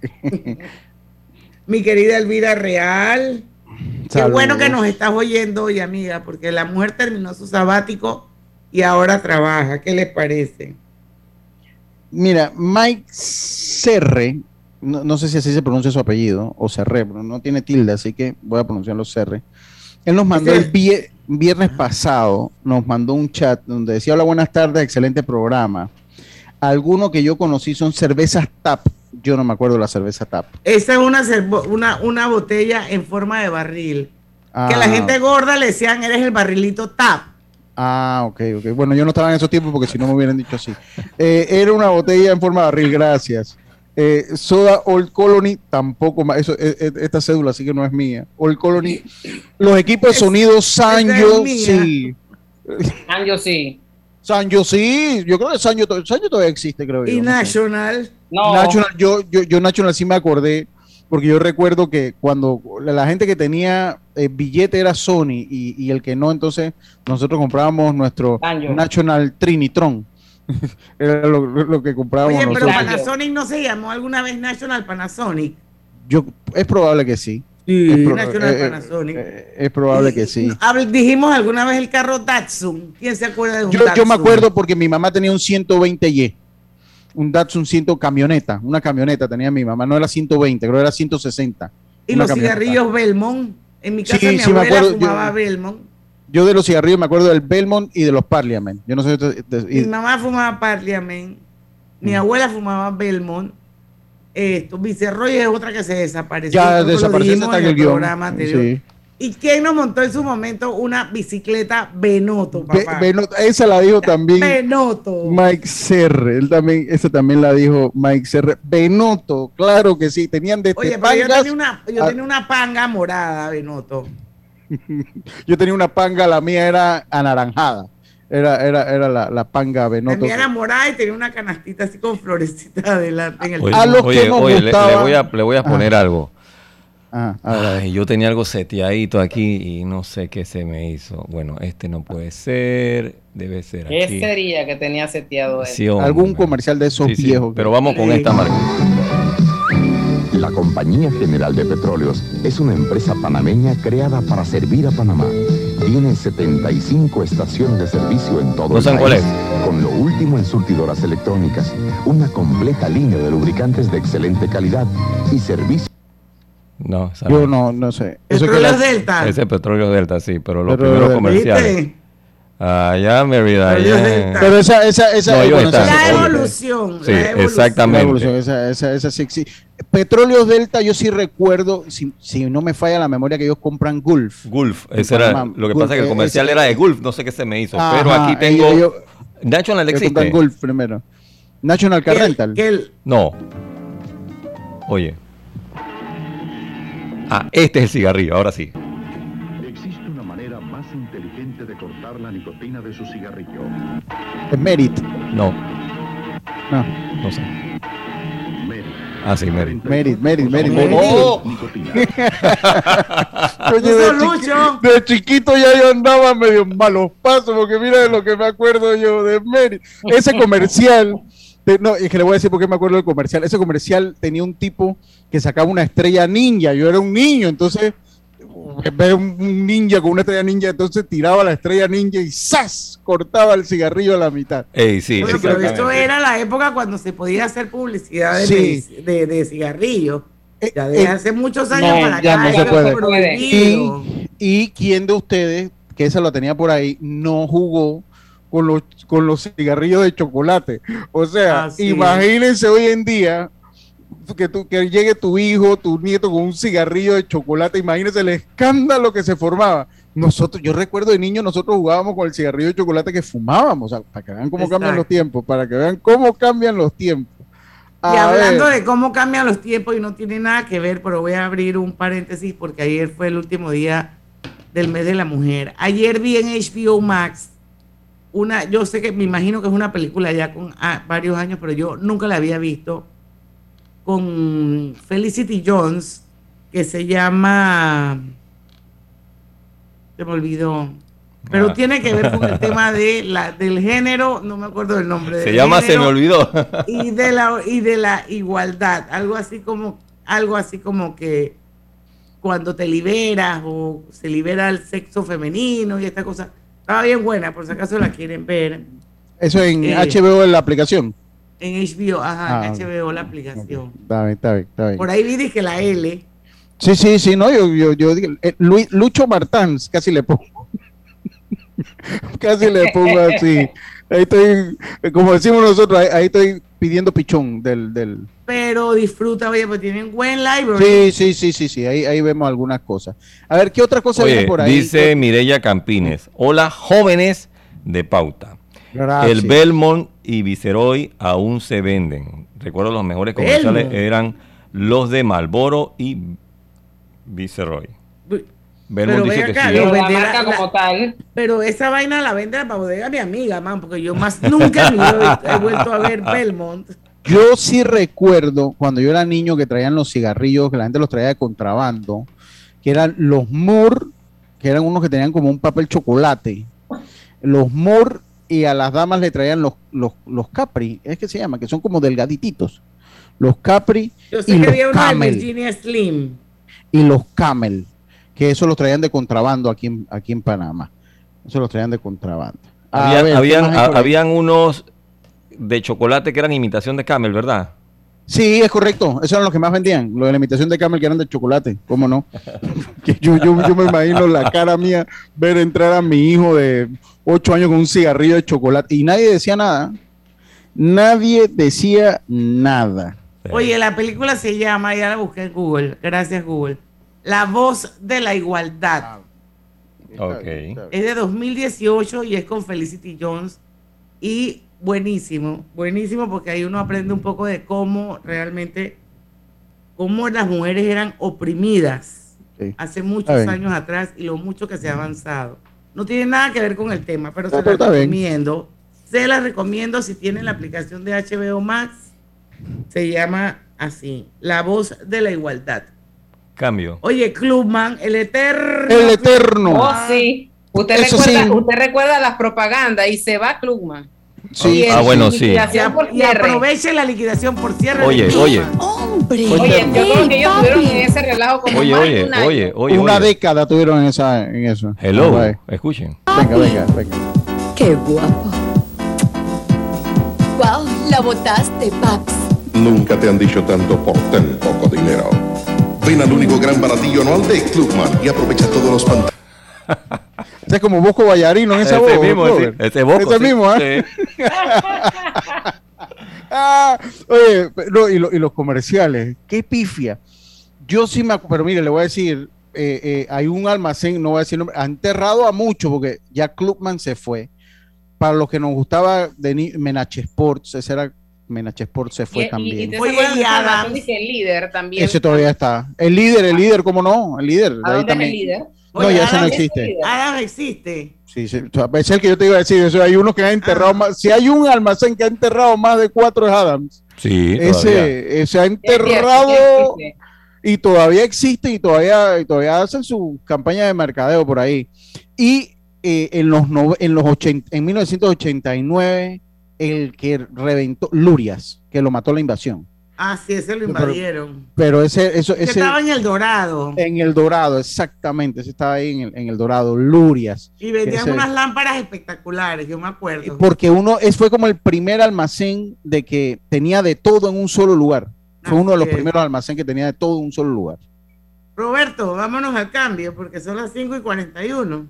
Mi querida Elvira Real. Saludos. Qué bueno que nos estás oyendo hoy, amiga, porque la mujer terminó su sabático y ahora trabaja. ¿Qué les parece? Mira, Mike Serre, no sé si así se pronuncia su apellido, o Serre, pero no tiene tilde, así que voy a pronunciarlo Serre. Él nos mandó el viernes pasado, nos mandó un chat donde decía: hola, buenas tardes, excelente programa. Algunos que yo conocí son cervezas TAP. Yo no me acuerdo de la cerveza TAP. Esa es una botella en forma de barril. Que la gente gorda le decían: eres el barrilito TAP. Ok. Bueno, yo no estaba en esos tiempos porque si no me hubieran dicho así. Era una botella en forma de barril, gracias. Soda Old Colony, tampoco más. Esta cédula sí que no es mía. Old Colony. Los equipos de sonido Sanyo, sí. Sanyo, sí. Sanyo, sí. Yo creo que Sanyo todavía existe, creo yo. ¿Y National? No. National, yo National sí me acordé, porque yo recuerdo que cuando la gente que tenía billete era Sony y el que no, entonces nosotros comprábamos nuestro Sanyo. National Trinitron. Era lo que comprábamos. Oye, nosotros. pero Panasonic no se llamó alguna vez National Panasonic. Es probable que sí. Sí, National Panasonic. Es probable que sí. Dijimos alguna vez el carro Datsun. ¿Quién se acuerda de un Datsun? Yo me acuerdo porque mi mamá tenía un 120Y. Un Datsun 100 camioneta. Una camioneta tenía mi mamá. No era 120, creo que era 160. ¿Y los cigarrillos Belmont? En mi casa mi abuela fumaba Belmont. Yo de los cigarrillos me acuerdo del Belmont y de los Parliament. Yo no sé. Mi mamá fumaba Parliament. Mi abuela fumaba Belmont. Viceroy es otra que se desapareció. Ya desapareció hasta el guión. Sí. ¿Y quién nos montó en su momento una bicicleta Benotto, papá? Benotto, esa la dijo también Benotto. Mike Serre, esa también la dijo Mike Serre. Benotto, claro que sí, tenían de Oye, pero yo tenía una panga morada, Benotto. Yo tenía una panga, la mía era anaranjada. Era la panga Benotto. La mía era morada y tenía una canastita así con florecitas adelante en el le voy a poner algo. Yo tenía algo seteadito aquí y no sé qué se me hizo. Bueno, no puede ser, debe ser ¿Qué aquí. sería que tenía seteado Sí, algún comercial de esos viejos. Pero vamos con esta marca. La Compañía General de Petróleos es una empresa panameña creada para servir a Panamá. Tiene 75 estaciones de servicio en todo el país. ¿Cuál es? Con lo último en surtidoras electrónicas, una completa línea de lubricantes de excelente calidad y servicio. No, yo no sé. Petróleos Delta. Ese Petróleos Delta, sí, pero los primeros comerciales. Ya, Mérida. Pero esa la evolución. Sí, exactamente. Esa sí. Petróleos Delta, yo sí recuerdo, si no me falla la memoria, que ellos compran Gulf. Ese era, lo que pasa es que el comercial era de Gulf, no sé qué se me hizo, pero aquí tengo National existe. Compran Gulf primero. National Car Rental. No. Oye. Este es el cigarrillo, ahora sí. Existe una manera más inteligente de cortar la nicotina de su cigarrillo. ¿Es Merit? No sé. Sí, Merit. ¡Oh! Oye, de chiquito ya yo andaba medio en malos pasos, porque mira de lo que me acuerdo yo de Merit. Ese comercial... No, es que le voy a decir por qué me acuerdo del comercial. Ese comercial tenía un tipo que sacaba una estrella ninja. Yo era un niño, entonces ver un ninja con una estrella ninja, entonces tiraba la estrella ninja y ¡zas! Cortaba el cigarrillo a la mitad. Sí, bueno, pero esto era la época cuando se podía hacer publicidad de cigarrillos. Ya desde hace muchos años para acá. No se puede. Y quién de ustedes, que esa lo tenía por ahí, no jugó con los cigarrillos de chocolate? O sea, imagínense hoy en día que llegue tu hijo, tu nieto con un cigarrillo de chocolate. Imagínense el escándalo que se formaba. Yo recuerdo de niño, nosotros jugábamos con el cigarrillo de chocolate que fumábamos, o sea, para que vean cómo cambian los tiempos, Y hablando de cómo cambian los tiempos, y no tiene nada que ver, pero voy a abrir un paréntesis porque ayer fue el último día del mes de la mujer. Ayer vi en HBO Max yo sé que me imagino que es una película ya con varios años, pero yo nunca la había visto, con Felicity Jones, que se llama, se me olvidó, pero tiene que ver con el tema del género, no me acuerdo del nombre. Se llama género, se me olvidó. y de la igualdad, algo así como que cuando te liberas o se libera el sexo femenino y esta cosa. Estaba bien buena, por si acaso la quieren ver. Eso en HBO en la aplicación. En HBO, en HBO la aplicación. Está bien. Por ahí vi que la L. Sí, no, yo digo, Lucho Martans, casi le pongo así. Ahí estoy, como decimos nosotros, ahí estoy pidiendo pichón del. Pero disfruta, oye, pues tienen buen library. Sí, ahí vemos algunas cosas. A ver, ¿qué otra cosa viene por ahí? Dice Mireya Campines, hola jóvenes de Pauta. Gracias. El Belmont y Viceroy aún se venden. Recuerdo los mejores comerciales eran los de Marlboro y Viceroy. Belmont dice acá, que sí. La marca como tal. Pero esa vaina la vende la bodega mi amiga, man, porque yo más nunca he vuelto a ver Belmont. Yo sí recuerdo cuando yo era niño que traían los cigarrillos, que la gente los traía de contrabando, que eran los Moore, que eran unos que tenían como un papel chocolate. Los Moore, y a las damas le traían los Capri, es que se llama, que son como delgadititos. Los Capri. Yo sé que había uno de Virginia Slim. Y los Camel, que eso los traían de contrabando aquí en Panamá. Eso los traían de contrabando. Habían unos de chocolate que eran imitación de Camel, ¿verdad? Sí, es correcto. Esos eran los que más vendían. Los de la imitación de Camel que eran de chocolate. ¿Cómo no? Que yo me imagino la cara mía ver entrar a mi hijo de 8 años con un cigarrillo de chocolate. Y nadie decía nada. Nadie decía nada. Oye, la película se llama, ya la busqué en Google. Gracias, Google. La Voz de la Igualdad. Okay. Es de 2018 y es con Felicity Jones. Y buenísimo porque ahí uno aprende un poco de cómo realmente, cómo las mujeres eran oprimidas hace muchos años atrás y lo mucho que se ha avanzado. No tiene nada que ver con el tema, pero se la recomiendo. Se la recomiendo si tienen la aplicación de HBO Max. Se llama así, La Voz de la Igualdad. Cambio. Oye, Clubman, el eterno. El eterno. Oh, sí. Usted recuerda las propagandas y se va Clubman. Sí. Bueno, sí. Y aproveche la liquidación por cierre. Oye. ¡Hombre! Oye, yo creo que ellos tuvieron en ese relajo como Oye. Una década tuvieron en eso. Hello, escuchen. Venga. ¡Qué guapo! ¡Wow! La botaste, Paps. Nunca te han dicho tanto por tan poco dinero. Ven al único gran baratillo anual de Clubman y aprovecha todos los pantalones. Es como Bosco Ballarino en esa voz. Ese Bosco. Ese mismo, ¿eh? Sí. Oye, y los comerciales, qué pifia. Yo sí me acuerdo, pero mire, le voy a decir, hay un almacén, no voy a decir nombre, ha enterrado a muchos porque ya Clubman se fue. Para los que nos gustaba de Menache Sports, ese era Menache Sports, se fue también. Oye, el líder también. Ese todavía está. El líder, ¿cómo no? El líder. ¿A dónde es el líder? No, ya ese no existe. Adam existe. Sí, es el que yo te iba a decir. Eso, hay uno que ha enterrado más. Si hay un almacén que ha enterrado más de 4 es Adams. Sí, ese ha enterrado y todavía existe y todavía hacen su campaña de mercadeo por ahí. Y en 1989 el que reventó Lurias, que lo mató la invasión. Ah, sí, ese lo invadieron. Pero ese estaba en El Dorado. En El Dorado, exactamente. Ese estaba ahí en el Dorado, Lurias. Y vendían unas lámparas espectaculares, yo me acuerdo. Porque fue como el primer almacén de que tenía de todo en un solo lugar. Fue uno de los primeros almacenes que tenía de todo en un solo lugar. Roberto, vámonos al cambio, porque son las 5:41.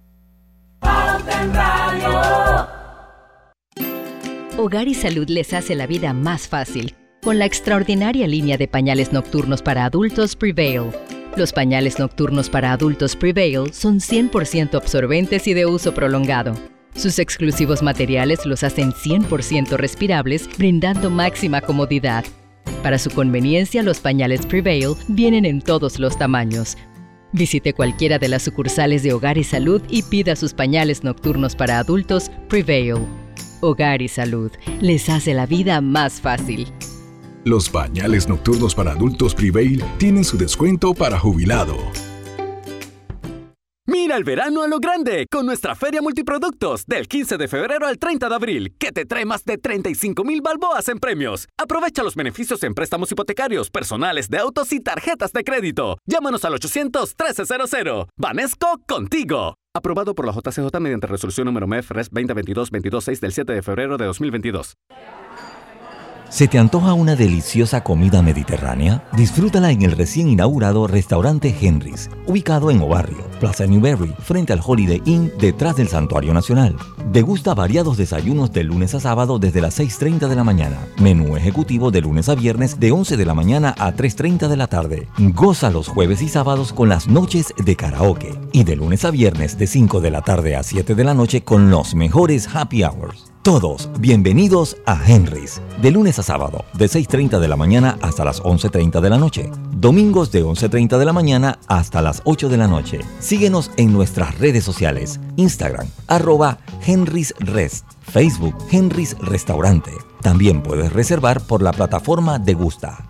Hogar y Salud les hace la vida más fácil con la extraordinaria línea de pañales nocturnos para adultos Prevail. Los pañales nocturnos para adultos Prevail son 100% absorbentes y de uso prolongado. Sus exclusivos materiales los hacen 100% respirables, brindando máxima comodidad. Para su conveniencia, los pañales Prevail vienen en todos los tamaños. Visite cualquiera de las sucursales de Hogar y Salud y pida sus pañales nocturnos para adultos Prevail. Hogar y Salud les hace la vida más fácil. Los pañales nocturnos para adultos Prevail tienen su descuento para jubilado. Mira el verano a lo grande con nuestra Feria Multiproductos del 15 de febrero al 30 de abril, que te trae más de 35,000 balboas en premios. Aprovecha los beneficios en préstamos hipotecarios, personales de autos y tarjetas de crédito. Llámanos al 800-1300. Banesco, contigo. Aprobado por la JCJ mediante resolución número MEF Res 2022-226 del 7 de febrero de 2022. ¿Se te antoja una deliciosa comida mediterránea? Disfrútala en el recién inaugurado Restaurante Henry's, ubicado en Obarrio, Plaza Newberry, frente al Holiday Inn, detrás del Santuario Nacional. Degusta variados desayunos de lunes a sábado desde las 6:30 de la mañana. Menú ejecutivo de lunes a viernes de 11 de la mañana a 3:30 de la tarde. Goza los jueves y sábados con las noches de karaoke. Y de lunes a viernes de 5 de la tarde a 7 de la noche con los mejores happy hours. Todos bienvenidos a Henry's, de lunes a sábado, de 6:30 de la mañana hasta las 11:30 de la noche. Domingos de 11:30 de la mañana hasta las 8 de la noche. Síguenos en nuestras redes sociales, Instagram, @Henry'sRest, Facebook, Henry's Restaurante. También puedes reservar por la plataforma Degusta.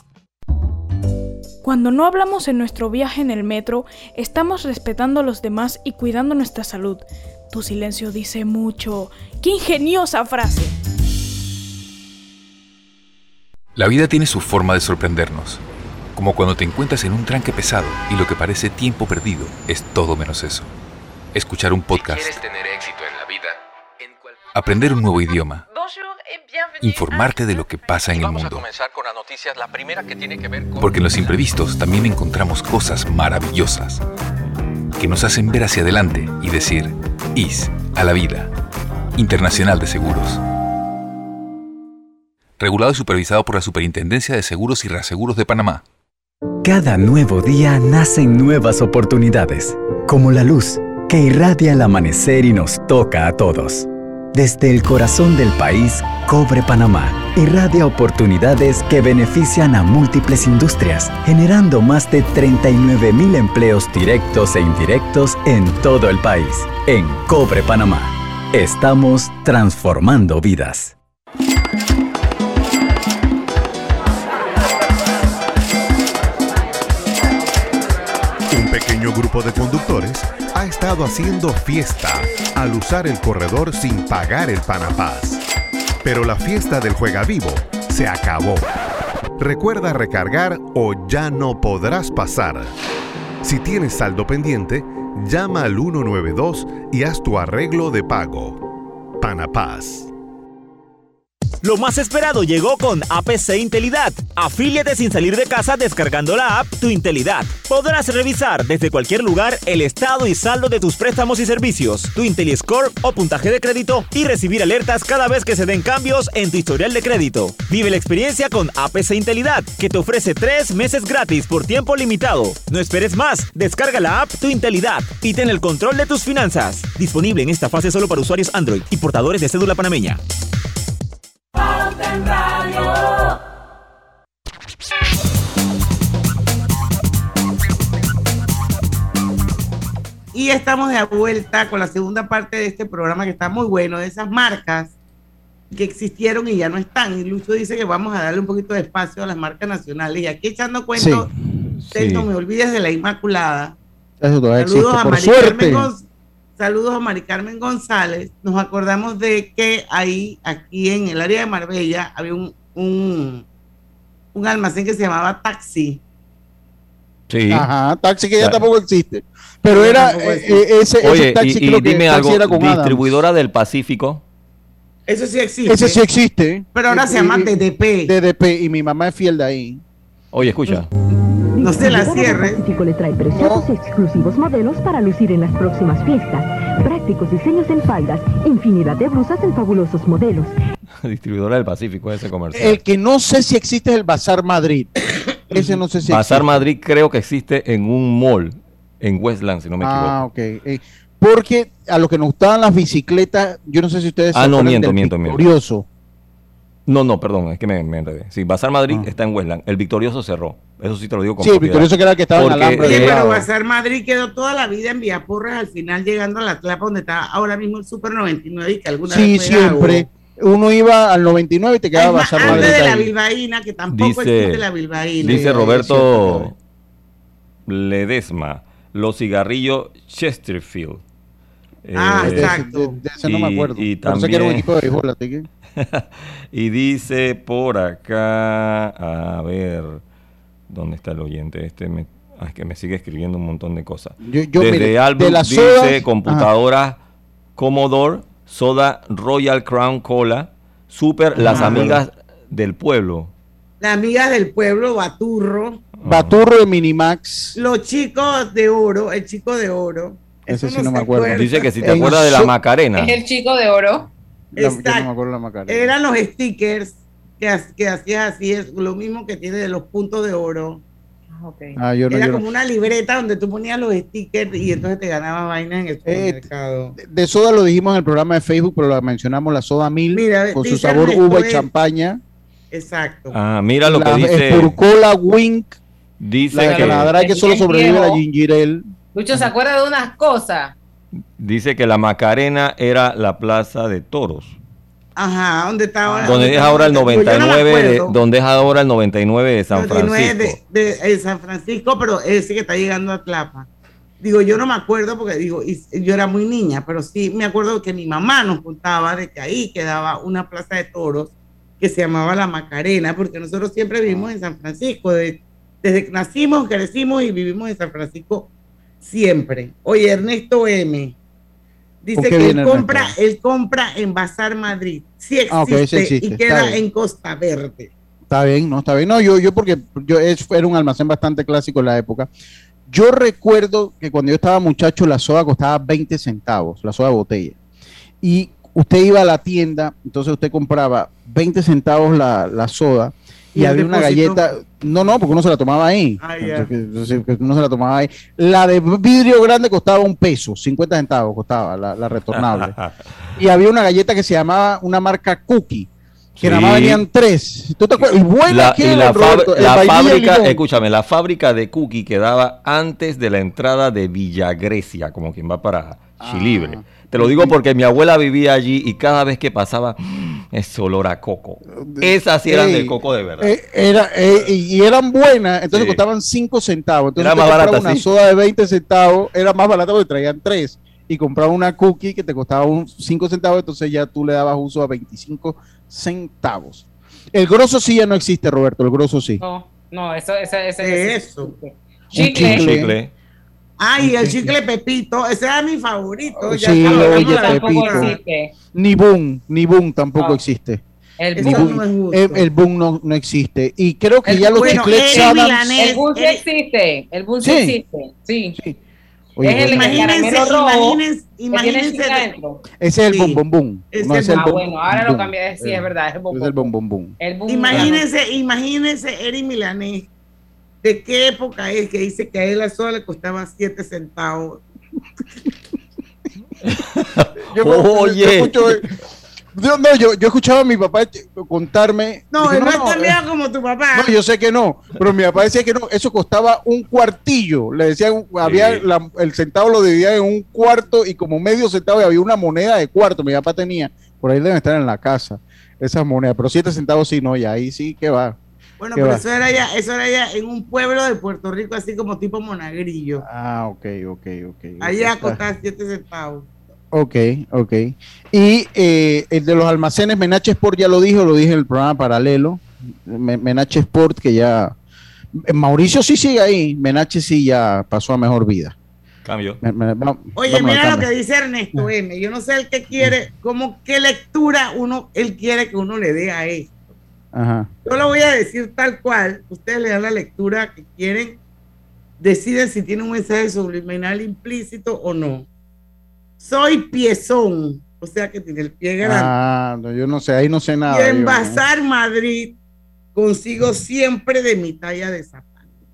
Cuando no hablamos en nuestro viaje en el metro, estamos respetando a los demás y cuidando nuestra salud. Tu silencio dice mucho. ¡Qué ingeniosa frase! La vida tiene su forma de sorprendernos. Como cuando te encuentras en un tranque pesado y lo que parece tiempo perdido es todo menos eso. Escuchar un podcast. Si quieres tener éxito en la vida, aprender un nuevo idioma. Informarte de lo que pasa en el mundo. Vamos a comenzar con las noticias, la primera que tiene que ver con... Porque en los imprevistos también encontramos cosas maravillosas que nos hacen ver hacia adelante y decir IS a la vida. Internacional de Seguros. Regulado y supervisado por la Superintendencia de Seguros y Reaseguros de Panamá. Cada nuevo día nacen nuevas oportunidades, como la luz que irradia el amanecer y nos toca a todos. Desde el corazón del país, Cobre Panamá irradia oportunidades que benefician a múltiples industrias, generando más de 39,000 empleos directos e indirectos en todo el país. En Cobre Panamá, estamos transformando vidas. Un pequeño grupo de conductores ha estado haciendo fiesta al usar el corredor sin pagar el PanaPass. Pero la fiesta del Juega Vivo se acabó. Recuerda recargar o ya no podrás pasar. Si tienes saldo pendiente, llama al 192 y haz tu arreglo de pago. PanaPass. Lo más esperado llegó con APC Intelidad. Afíliate sin salir de casa descargando la app Tu Intelidad. Podrás revisar desde cualquier lugar el estado y saldo de tus préstamos y servicios, tu IntelliScore o puntaje de crédito y recibir alertas cada vez que se den cambios en tu historial de crédito. Vive la experiencia con APC Intelidad, que te ofrece 3 meses gratis por tiempo limitado. No esperes más, descarga la app Tu Intelidad y ten el control de tus finanzas. Disponible en esta fase solo para usuarios Android y portadores de cédula panameña. Radio. Y estamos de vuelta con la segunda parte de este programa que está muy bueno, de esas marcas que existieron y ya no están. Y Lucho dice que vamos a darle un poquito de espacio a las marcas nacionales. Y aquí echando cuentos, no me olvides de la Inmaculada. Saludos a Mari Carmen González. Nos acordamos de que aquí en el área de Marbella, había un almacén que se llamaba Taxi. Sí. Ajá, Taxi que ya tampoco existe. Pero era ese Taxi, y creo que dime Taxi algo, era con distribuidora del Pacífico. Eso sí existe. Ese sí existe. Pero ahora se llama DDP. DDP, y mi mamá es fiel de ahí. Oye, escucha. No se la cierre. Pacífico le trae preciosos y exclusivos modelos para lucir en las próximas fiestas. Prácticos diseños en faldas, infinidad de blusas en fabulosos modelos. Distribuidora del Pacífico, ese comercial. El que no sé si existe es el Bazar Madrid. Ese no sé si Bazar existe. Madrid creo que existe en un mall en Westland, si no me equivoco. Ah, ok. Porque a lo que nos gustaban las bicicletas, yo no sé si ustedes no, miento. Victorioso. No, perdón, es que me enredé. Sí, Bazar Madrid está en Westland. El Victorioso cerró. Eso sí te lo digo con propiedad. Sí, el Victorioso que era el que estaba en Alambre. Oye, pero Bazar Madrid quedó toda la vida en Villaporras, al final llegando a la Tlapa, donde está ahora mismo el Super 99 y que alguna vez fue siempre. algo. Uno iba al 99 y te quedaba Bazar Madrid. Antes de la Bilbaína, que tampoco existe la Bilbaína. Dice Roberto Ledesma, los cigarrillos Chesterfield. Exacto. De ese no me acuerdo. Y también, sé que era un equipo de béisbol, así que... Y dice por acá, a ver, ¿dónde está el oyente? Es que me sigue escribiendo un montón de cosas. Desde Albrook dice computadora Commodore, soda Royal Crown Cola, Super, las amigas del pueblo. Las amigas del pueblo, Baturro. Baturro de Minimax. Los chicos de oro, el chico de oro. Ese sí no me acuerdo. Dice que si te acuerdas de la Macarena. Es el chico de oro. Exacto. Yo no me acuerdo de la Macarena. Eran los stickers que hacías así, es lo mismo que tiene de los puntos de oro. Okay. Era como una libreta donde tú ponías los stickers y entonces te ganabas vainas en el supermercado. De soda lo dijimos en el programa de Facebook, pero la mencionamos, la soda 1000, con su sabor uva y champaña. Exacto. Mira lo que dice. Espurcola Wink. Dice la Canadá que solo sobrevive la ginger ale. Lucho se acuerda de unas cosas. Dice que la Macarena era la plaza de toros. Ajá, ¿dónde estaba? Donde es ahora el 99 donde es ahora el 99 de San Francisco. De San Francisco, pero ese que está llegando a Tlapa. Digo, yo no me acuerdo porque yo era muy niña, pero sí me acuerdo que mi mamá nos contaba de que ahí quedaba una plaza de toros que se llamaba la Macarena, porque nosotros siempre vivimos en San Francisco, desde que nacimos, crecimos y vivimos en San Francisco siempre. Oye, Ernesto M. dice que él compra en Bazar Madrid. Sí existe, y queda en Costa Verde. Está bien. No, yo porque era un almacén bastante clásico en la época. Yo recuerdo que cuando yo estaba muchacho la soda costaba 20 centavos, la soda de botella. Y usted iba a la tienda, entonces usted compraba 20 centavos la soda Y había una galleta, no, porque uno se la tomaba ahí. Uno se la tomaba ahí. La de vidrio grande costaba $1, 50 centavos costaba, la retornable. Y había una galleta que se llamaba una marca Cookie, que nada más venían 3. ¿Tú te acuerdas? La fábrica, escúchame, la fábrica de Cookie quedaba antes de la entrada de Villa Grecia, como quien va para Chilibre. Te lo digo porque mi abuela vivía allí y cada vez que pasaba, ese olor a coco. Esas sí eran de coco de verdad. Y eran buenas, entonces costaban 5 centavos. Entonces era más barata, una soda de 20 centavos, era más barata porque traían 3. Y compraba una cookie que te costaba 5 centavos, entonces ya tú le dabas uso a 25 centavos. El grosso sí ya no existe, Roberto, el grosso sí. No, eso. Chicle. Ay, el chicle Pepito, ese era mi favorito. Sí, Pepito. Ni Boom tampoco existe. El Boom no existe. Y creo que ya los chiclets Adams. El Boom sí existe. El Boom sí existe. Sí. Oye, es el imagínense. Ese es el bombón. Bueno, ahora lo cambié. Sí, es verdad. Es el bombón. Imagínense Eri Milanés. ¿De qué época es que dice que a él la soda le costaba 7 centavos? Yo escuchaba a mi papá contarme. No, él no es tan viejo como tu papá. No, yo sé que no, pero mi papá decía que no, eso costaba un cuartillo. Le decían, el centavo lo dividía en un cuarto y como medio centavo y había una moneda de cuarto. Mi papá tenía, por ahí deben estar en la casa, esas monedas, pero 7 centavos sí, no, ya ahí sí que va. Bueno, pero eso era ya en un pueblo de Puerto Rico, así como tipo Monagrillo. Ok. Allá costaba 7 centavos. Ok. Y el de los almacenes Menache Sport ya lo dije en el programa paralelo. Menache Sport, que ya... Mauricio sí sigue ahí, Menache sí ya pasó a mejor vida. Cambio. Oye, mira lo que dice Ernesto M. Yo no sé el que quiere, qué lectura él quiere que uno le dé a esto. Ajá. Yo lo voy a decir tal cual. Ustedes le dan la lectura que quieren, deciden si tiene un mensaje subliminal implícito o no. Soy piezón, o sea que tiene el pie grande. No, yo no sé, ahí no sé nada. Y en Bazar Madrid consigo siempre de mi talla de zapato.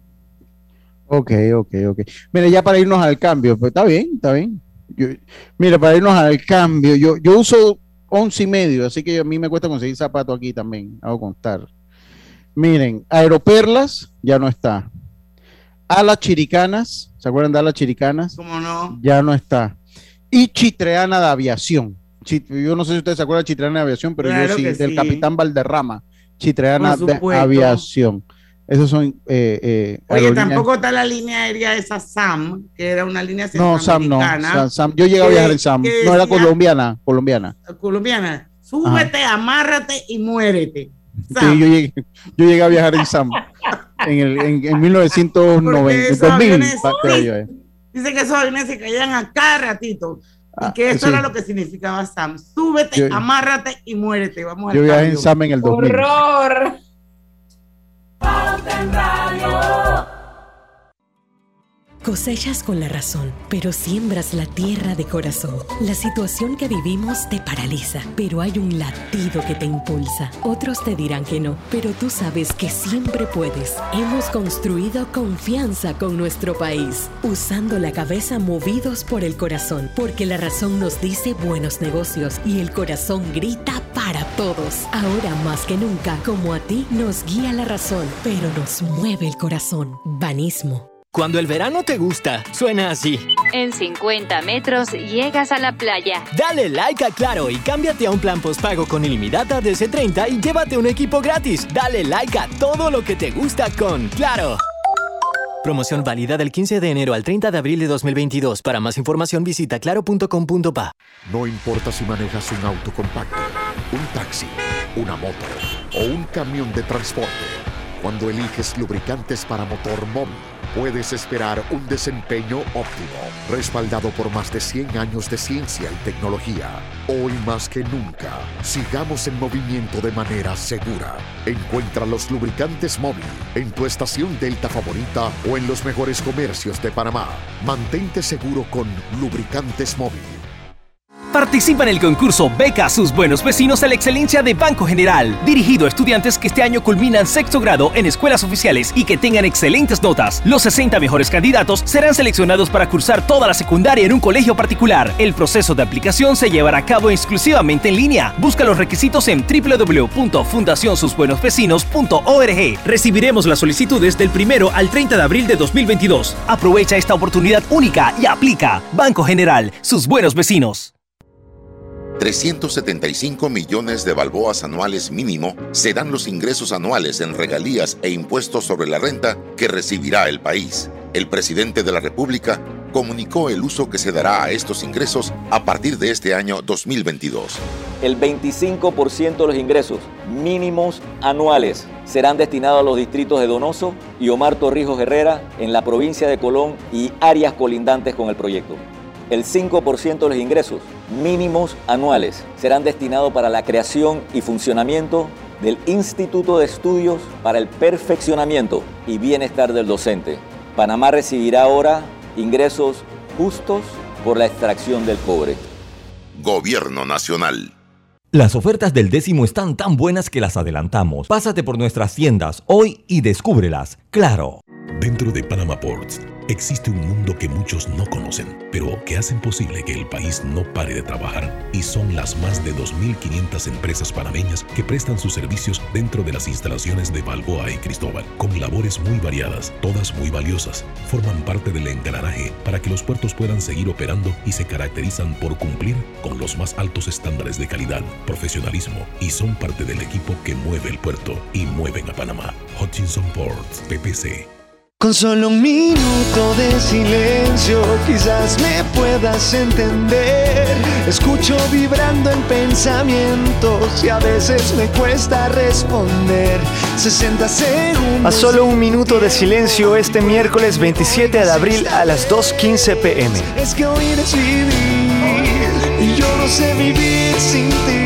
Ok. Mira, ya para irnos al cambio, pues está bien. Mira, para irnos al cambio, yo uso 11.5, así que a mí me cuesta conseguir zapatos aquí también, hago constar. Miren, Aeroperlas ya no está. Alas Chiricanas, ¿se acuerdan de Alas Chiricanas? ¿Cómo no? Ya no está. Y Chitreana de Aviación. Yo no sé si ustedes se acuerdan de Chitreana de Aviación, pero claro, yo sí, del Capitán Valderrama. Chitreana de Aviación. Esos son oye, tampoco está la línea aérea esa SAM, que era una línea centroamericana. No, Sam. Yo llegué a viajar en SAM. No, era colombiana. Súbete, amárrate y muérete. Sam. Sí, yo llegué a viajar en SAM en 1990. 2000. Dice que esos aviones se caían a cada ratito. Y que eso era lo que significaba SAM. Súbete, amárrate y muérete. Vamos yo viajé en SAM en el 2000. ¡Horror! Cosechas con la razón, pero siembras la tierra de corazón. La situación que vivimos te paraliza, pero hay un latido que te impulsa. Otros te dirán que no, pero tú sabes que siempre puedes. Hemos construido confianza con nuestro país, usando la cabeza movidos por el corazón, porque la razón nos dice buenos negocios y el corazón grita para todos. Ahora más que nunca, como a ti, nos guía la razón, pero nos mueve el corazón. Banismo. Cuando el verano te gusta, suena así. En 50 metros llegas a la playa. Dale like a Claro y cámbiate a un plan postpago con ilimitada de C30 y llévate un equipo gratis. Dale like a todo lo que te gusta con Claro. Promoción válida del 15 de enero al 30 de abril de 2022. Para más información visita claro.com.pa. No importa si manejas un auto compacto, un taxi, una moto o un camión de transporte. Cuando eliges lubricantes para motor móvil, puedes esperar un desempeño óptimo, respaldado por más de 100 años de ciencia y tecnología. Hoy más que nunca, sigamos en movimiento de manera segura. Encuentra los lubricantes móvil en tu estación Delta favorita o en los mejores comercios de Panamá. Mantente seguro con lubricantes móvil. Participa en el concurso Beca a sus buenos vecinos a la excelencia de Banco General, dirigido a estudiantes que este año culminan sexto grado en escuelas oficiales y que tengan excelentes notas. Los 60 mejores candidatos serán seleccionados para cursar toda la secundaria en un colegio particular. El proceso de aplicación se llevará a cabo exclusivamente en línea. Busca los requisitos en www.fundacionsusbuenosvecinos.org. Recibiremos las solicitudes del 1 al 30 de abril de 2022. Aprovecha esta oportunidad única y aplica. Banco General, sus buenos vecinos. 375 millones de balboas anuales mínimo serán los ingresos anuales en regalías e impuestos sobre la renta que recibirá el país. El presidente de la República comunicó el uso que se dará a estos ingresos a partir de este año 2022. El 25% de los ingresos mínimos anuales serán destinados a los distritos de Donoso y Omar Torrijos Herrera en la provincia de Colón y áreas colindantes con el proyecto. El 5% de los ingresos mínimos anuales serán destinados para la creación y funcionamiento del Instituto de Estudios para el Perfeccionamiento y Bienestar del Docente. Panamá recibirá ahora ingresos justos por la extracción del cobre. Gobierno Nacional. Las ofertas del 10º están tan buenas que las adelantamos. Pásate por nuestras tiendas hoy y descúbrelas. ¡Claro! Dentro de Panama Ports existe un mundo que muchos no conocen, pero que hacen posible que el país no pare de trabajar, y son las más de 2.500 empresas panameñas que prestan sus servicios dentro de las instalaciones de Balboa y Cristóbal, con labores muy variadas, todas muy valiosas. Forman parte del engranaje para que los puertos puedan seguir operando y se caracterizan por cumplir con los más altos estándares de calidad, profesionalismo, y son parte del equipo que mueve el puerto y mueven a Panamá. Hutchinson Ports, PPC. Con solo un minuto de silencio quizás me puedas entender. Escucho vibrando en pensamientos y a veces me cuesta responder. 60 segundos. A solo un minuto de silencio este miércoles 27 de abril a las 2:15 p.m. Es que oír es vivir y yo no sé vivir sin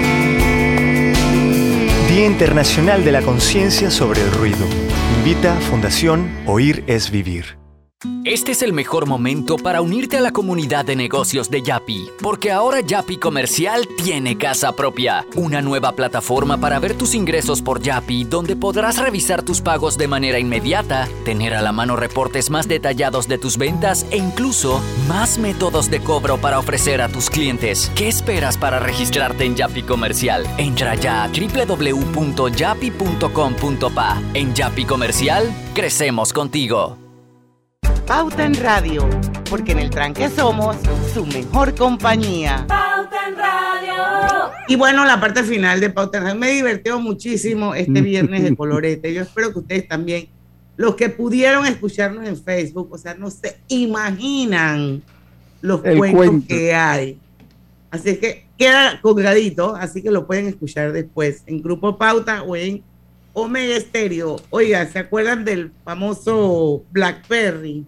ti. Día Internacional de la Conciencia sobre el Ruido. Invita Fundación Oír es Vivir. Este es el mejor momento para unirte a la comunidad de negocios de Yapi, porque ahora Yapi Comercial tiene casa propia, una nueva plataforma para ver tus ingresos por Yapi, donde podrás revisar tus pagos de manera inmediata, tener a la mano reportes más detallados de tus ventas e incluso más métodos de cobro para ofrecer a tus clientes. ¿Qué esperas para registrarte en Yapi Comercial? Entra ya a www.yapi.com.pa. En Yapi Comercial, crecemos contigo. Pauta en Radio, porque en el tranque somos su mejor compañía. Pauta en Radio. Y bueno, la parte final de Pauta en Radio me divirtió muchísimo este viernes de colorete. Yo espero que ustedes también, los que pudieron escucharnos en Facebook, o sea, no se imaginan los cuentos que hay. Así que queda colgadito, así que lo pueden escuchar después en Grupo Pauta o en Omega Estéreo. Oiga, ¿se acuerdan del famoso BlackBerry?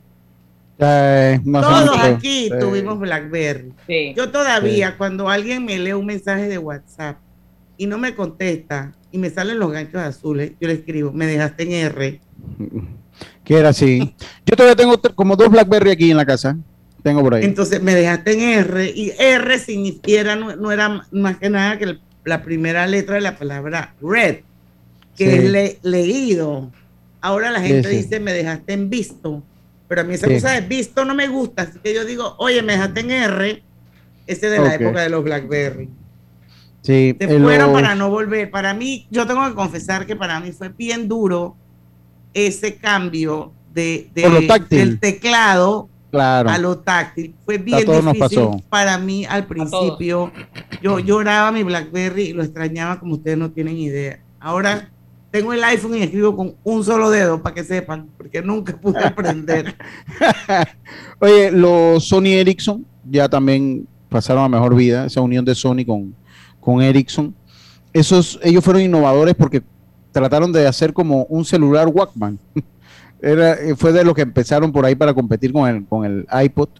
Todos aquí tuvimos BlackBerry. Sí. Yo todavía, cuando alguien me lee un mensaje de WhatsApp y no me contesta y me salen los ganchos azules, yo le escribo, me dejaste en R. Que era así. Yo todavía tengo como 2 BlackBerry aquí en la casa. Tengo por ahí. Entonces me dejaste en R, y R significa, no era más que nada que la primera letra de la palabra red, que es leído. Ahora la gente dice, me dejaste en visto. Pero a mí esa cosa de visto no me gusta, así que yo digo, oye, me dejaste en R. Ese es de la época de los BlackBerry. Sí. Se fueron para no volver. Para mí, yo tengo que confesar que para mí fue bien duro ese cambio del teclado a lo táctil. Fue bien difícil para mí al principio. Yo lloraba mi BlackBerry y lo extrañaba como ustedes no tienen idea. Ahora tengo el iPhone y escribo con un solo dedo para que sepan, porque nunca pude aprender. Oye, los Sony Ericsson ya también pasaron a mejor vida, esa unión de Sony con Ericsson. Ellos fueron innovadores porque trataron de hacer como un celular Walkman. Fue de lo que empezaron por ahí para competir con el iPod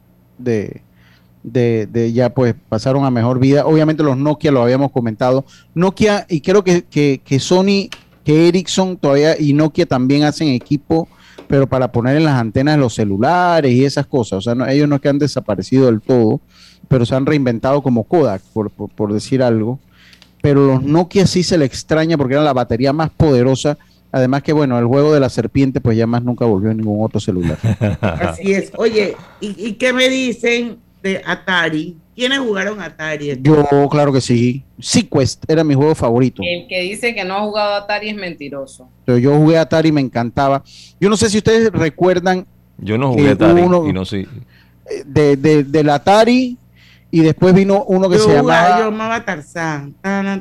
ya pues pasaron a mejor vida. Obviamente los Nokia lo habíamos comentado. Nokia, y creo que Sony, que Ericsson todavía y Nokia también hacen equipo, pero para poner en las antenas los celulares y esas cosas. O sea, ellos no es que han desaparecido del todo, pero se han reinventado como Kodak, por decir algo. Pero los Nokia sí se le extraña porque era la batería más poderosa. Además que, bueno, el juego de la serpiente pues ya más nunca volvió en ningún otro celular. Así es. Oye, ¿y qué me dicen de Atari? ¿Quiénes jugaron Atari? Yo, claro que sí. Sequest era mi juego favorito. El que dice que no ha jugado Atari es mentiroso. Pero yo jugué Atari y me encantaba. Yo no sé si ustedes recuerdan. Yo no jugué Atari y no sé. Del Atari, y después vino uno que se llamaba. Yo amaba Tarzán.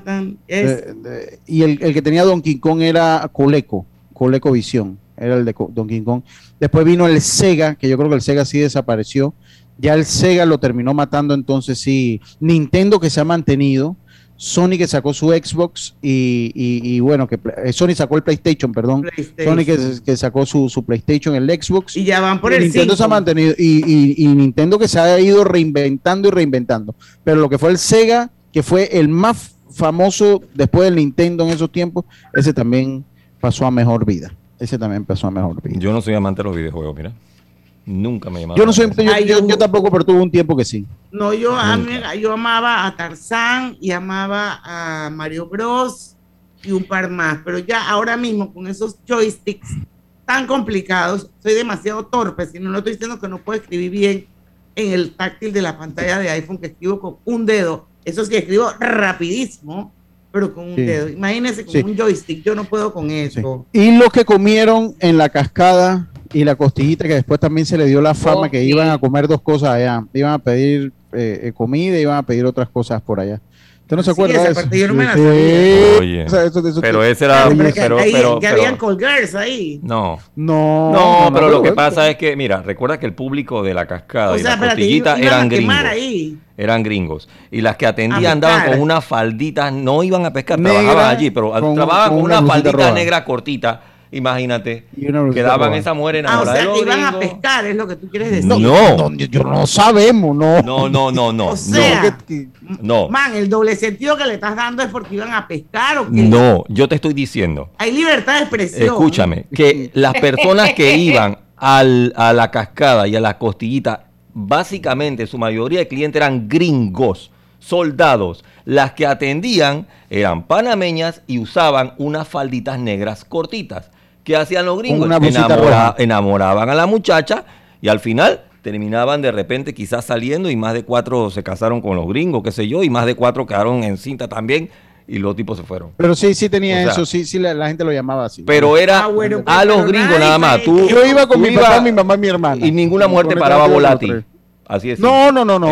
Y el que tenía Donkey Kong era ColecoVision. Era el de Donkey Kong. Después vino el Sega, que yo creo que el Sega sí desapareció. Ya el Sega lo terminó matando, entonces sí. Nintendo, que se ha mantenido. Sony, que sacó su Xbox. Y bueno, que Sony sacó el PlayStation, perdón. Sony que sacó su PlayStation, el Xbox. Y ya van por el Nintendo 5. Se ha mantenido. Y Nintendo, que se ha ido reinventando. Pero lo que fue el Sega, que fue el más famoso después del Nintendo en esos tiempos, ese también pasó a mejor vida. Yo no soy amante de los videojuegos, mira. Nunca me llamaba. Yo tampoco, pero tuve un tiempo que sí. No, yo amaba a Tarzán y amaba a Mario Bros y un par más, pero ya ahora mismo con esos joysticks tan complicados, soy demasiado torpe, si no estoy diciendo que no puedo escribir bien en el táctil de la pantalla de iPhone, que escribo con un dedo, eso sí, escribo rapidísimo, pero con un dedo. Imagínense con un joystick, yo no puedo con eso. Sí. Y los que comieron en la cascada y la costillita, que después también se le dio la fama, que iban a comer dos cosas allá, iban a pedir comida y iban a pedir otras cosas por allá. ¿Usted no se acuerda de eso? Yo no me la sabía. Oye, pero ese era... Pero habían call girls ahí. No, pero lo que pasa es que, mira, recuerda que el público de la cascada y la costillita eran gringos. Eran gringos. Y las que atendían andaban con unas falditas, no iban a pescar, trabajaban allí, pero trabajaban con una faldita negra cortita. Imagínate, quedaban esa mujer enamorada. O sea, que iban a pescar, es lo que tú quieres decir. No sabemos, no. O sea, no. Man, el doble sentido que le estás dando es porque iban a pescar o qué. No, yo te estoy diciendo. Hay libertad de expresión. Escúchame, que las personas que iban a la cascada y a la costillita, básicamente su mayoría de clientes eran gringos, soldados. Las que atendían eran panameñas y usaban unas falditas negras cortitas. ¿Qué hacían los gringos? Enamoraban a la muchacha y al final terminaban de repente quizás saliendo y más de 4 se casaron con los gringos, qué sé yo, y más de 4 quedaron en cinta también y los tipos se fueron. Pero sí tenía eso, sí la gente lo llamaba así. Pero era a los gringos nada más. Yo iba con mi papá, mi mamá y mi hermana. Y ninguna mujer te paraba volátil. Así es. No.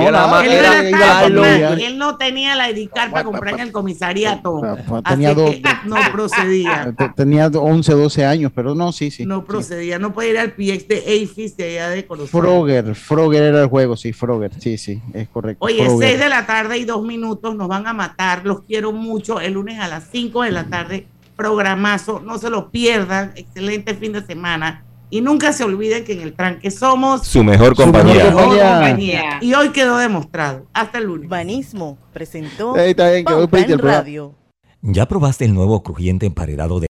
Él no tenía la ID card para comprar en el comisariato. No procedía. Tenía 11, 12 años, pero no, sí. No procedía, no podía ir al PX de AFIS de allá de Corozal. Frogger era el juego, sí, Frogger, sí, es correcto. Oye, 6 de la tarde y 2 minutos, nos van a matar, los quiero mucho, el lunes a las 5 de la tarde, programazo, no se lo pierdan, excelente fin de semana. Y nunca se olviden que en el tranque somos su mejor compañía. Y hoy quedó demostrado. Hasta el lunes. Banismo presentó Pauta en Radio. ¿Ya probaste el nuevo crujiente emparedado de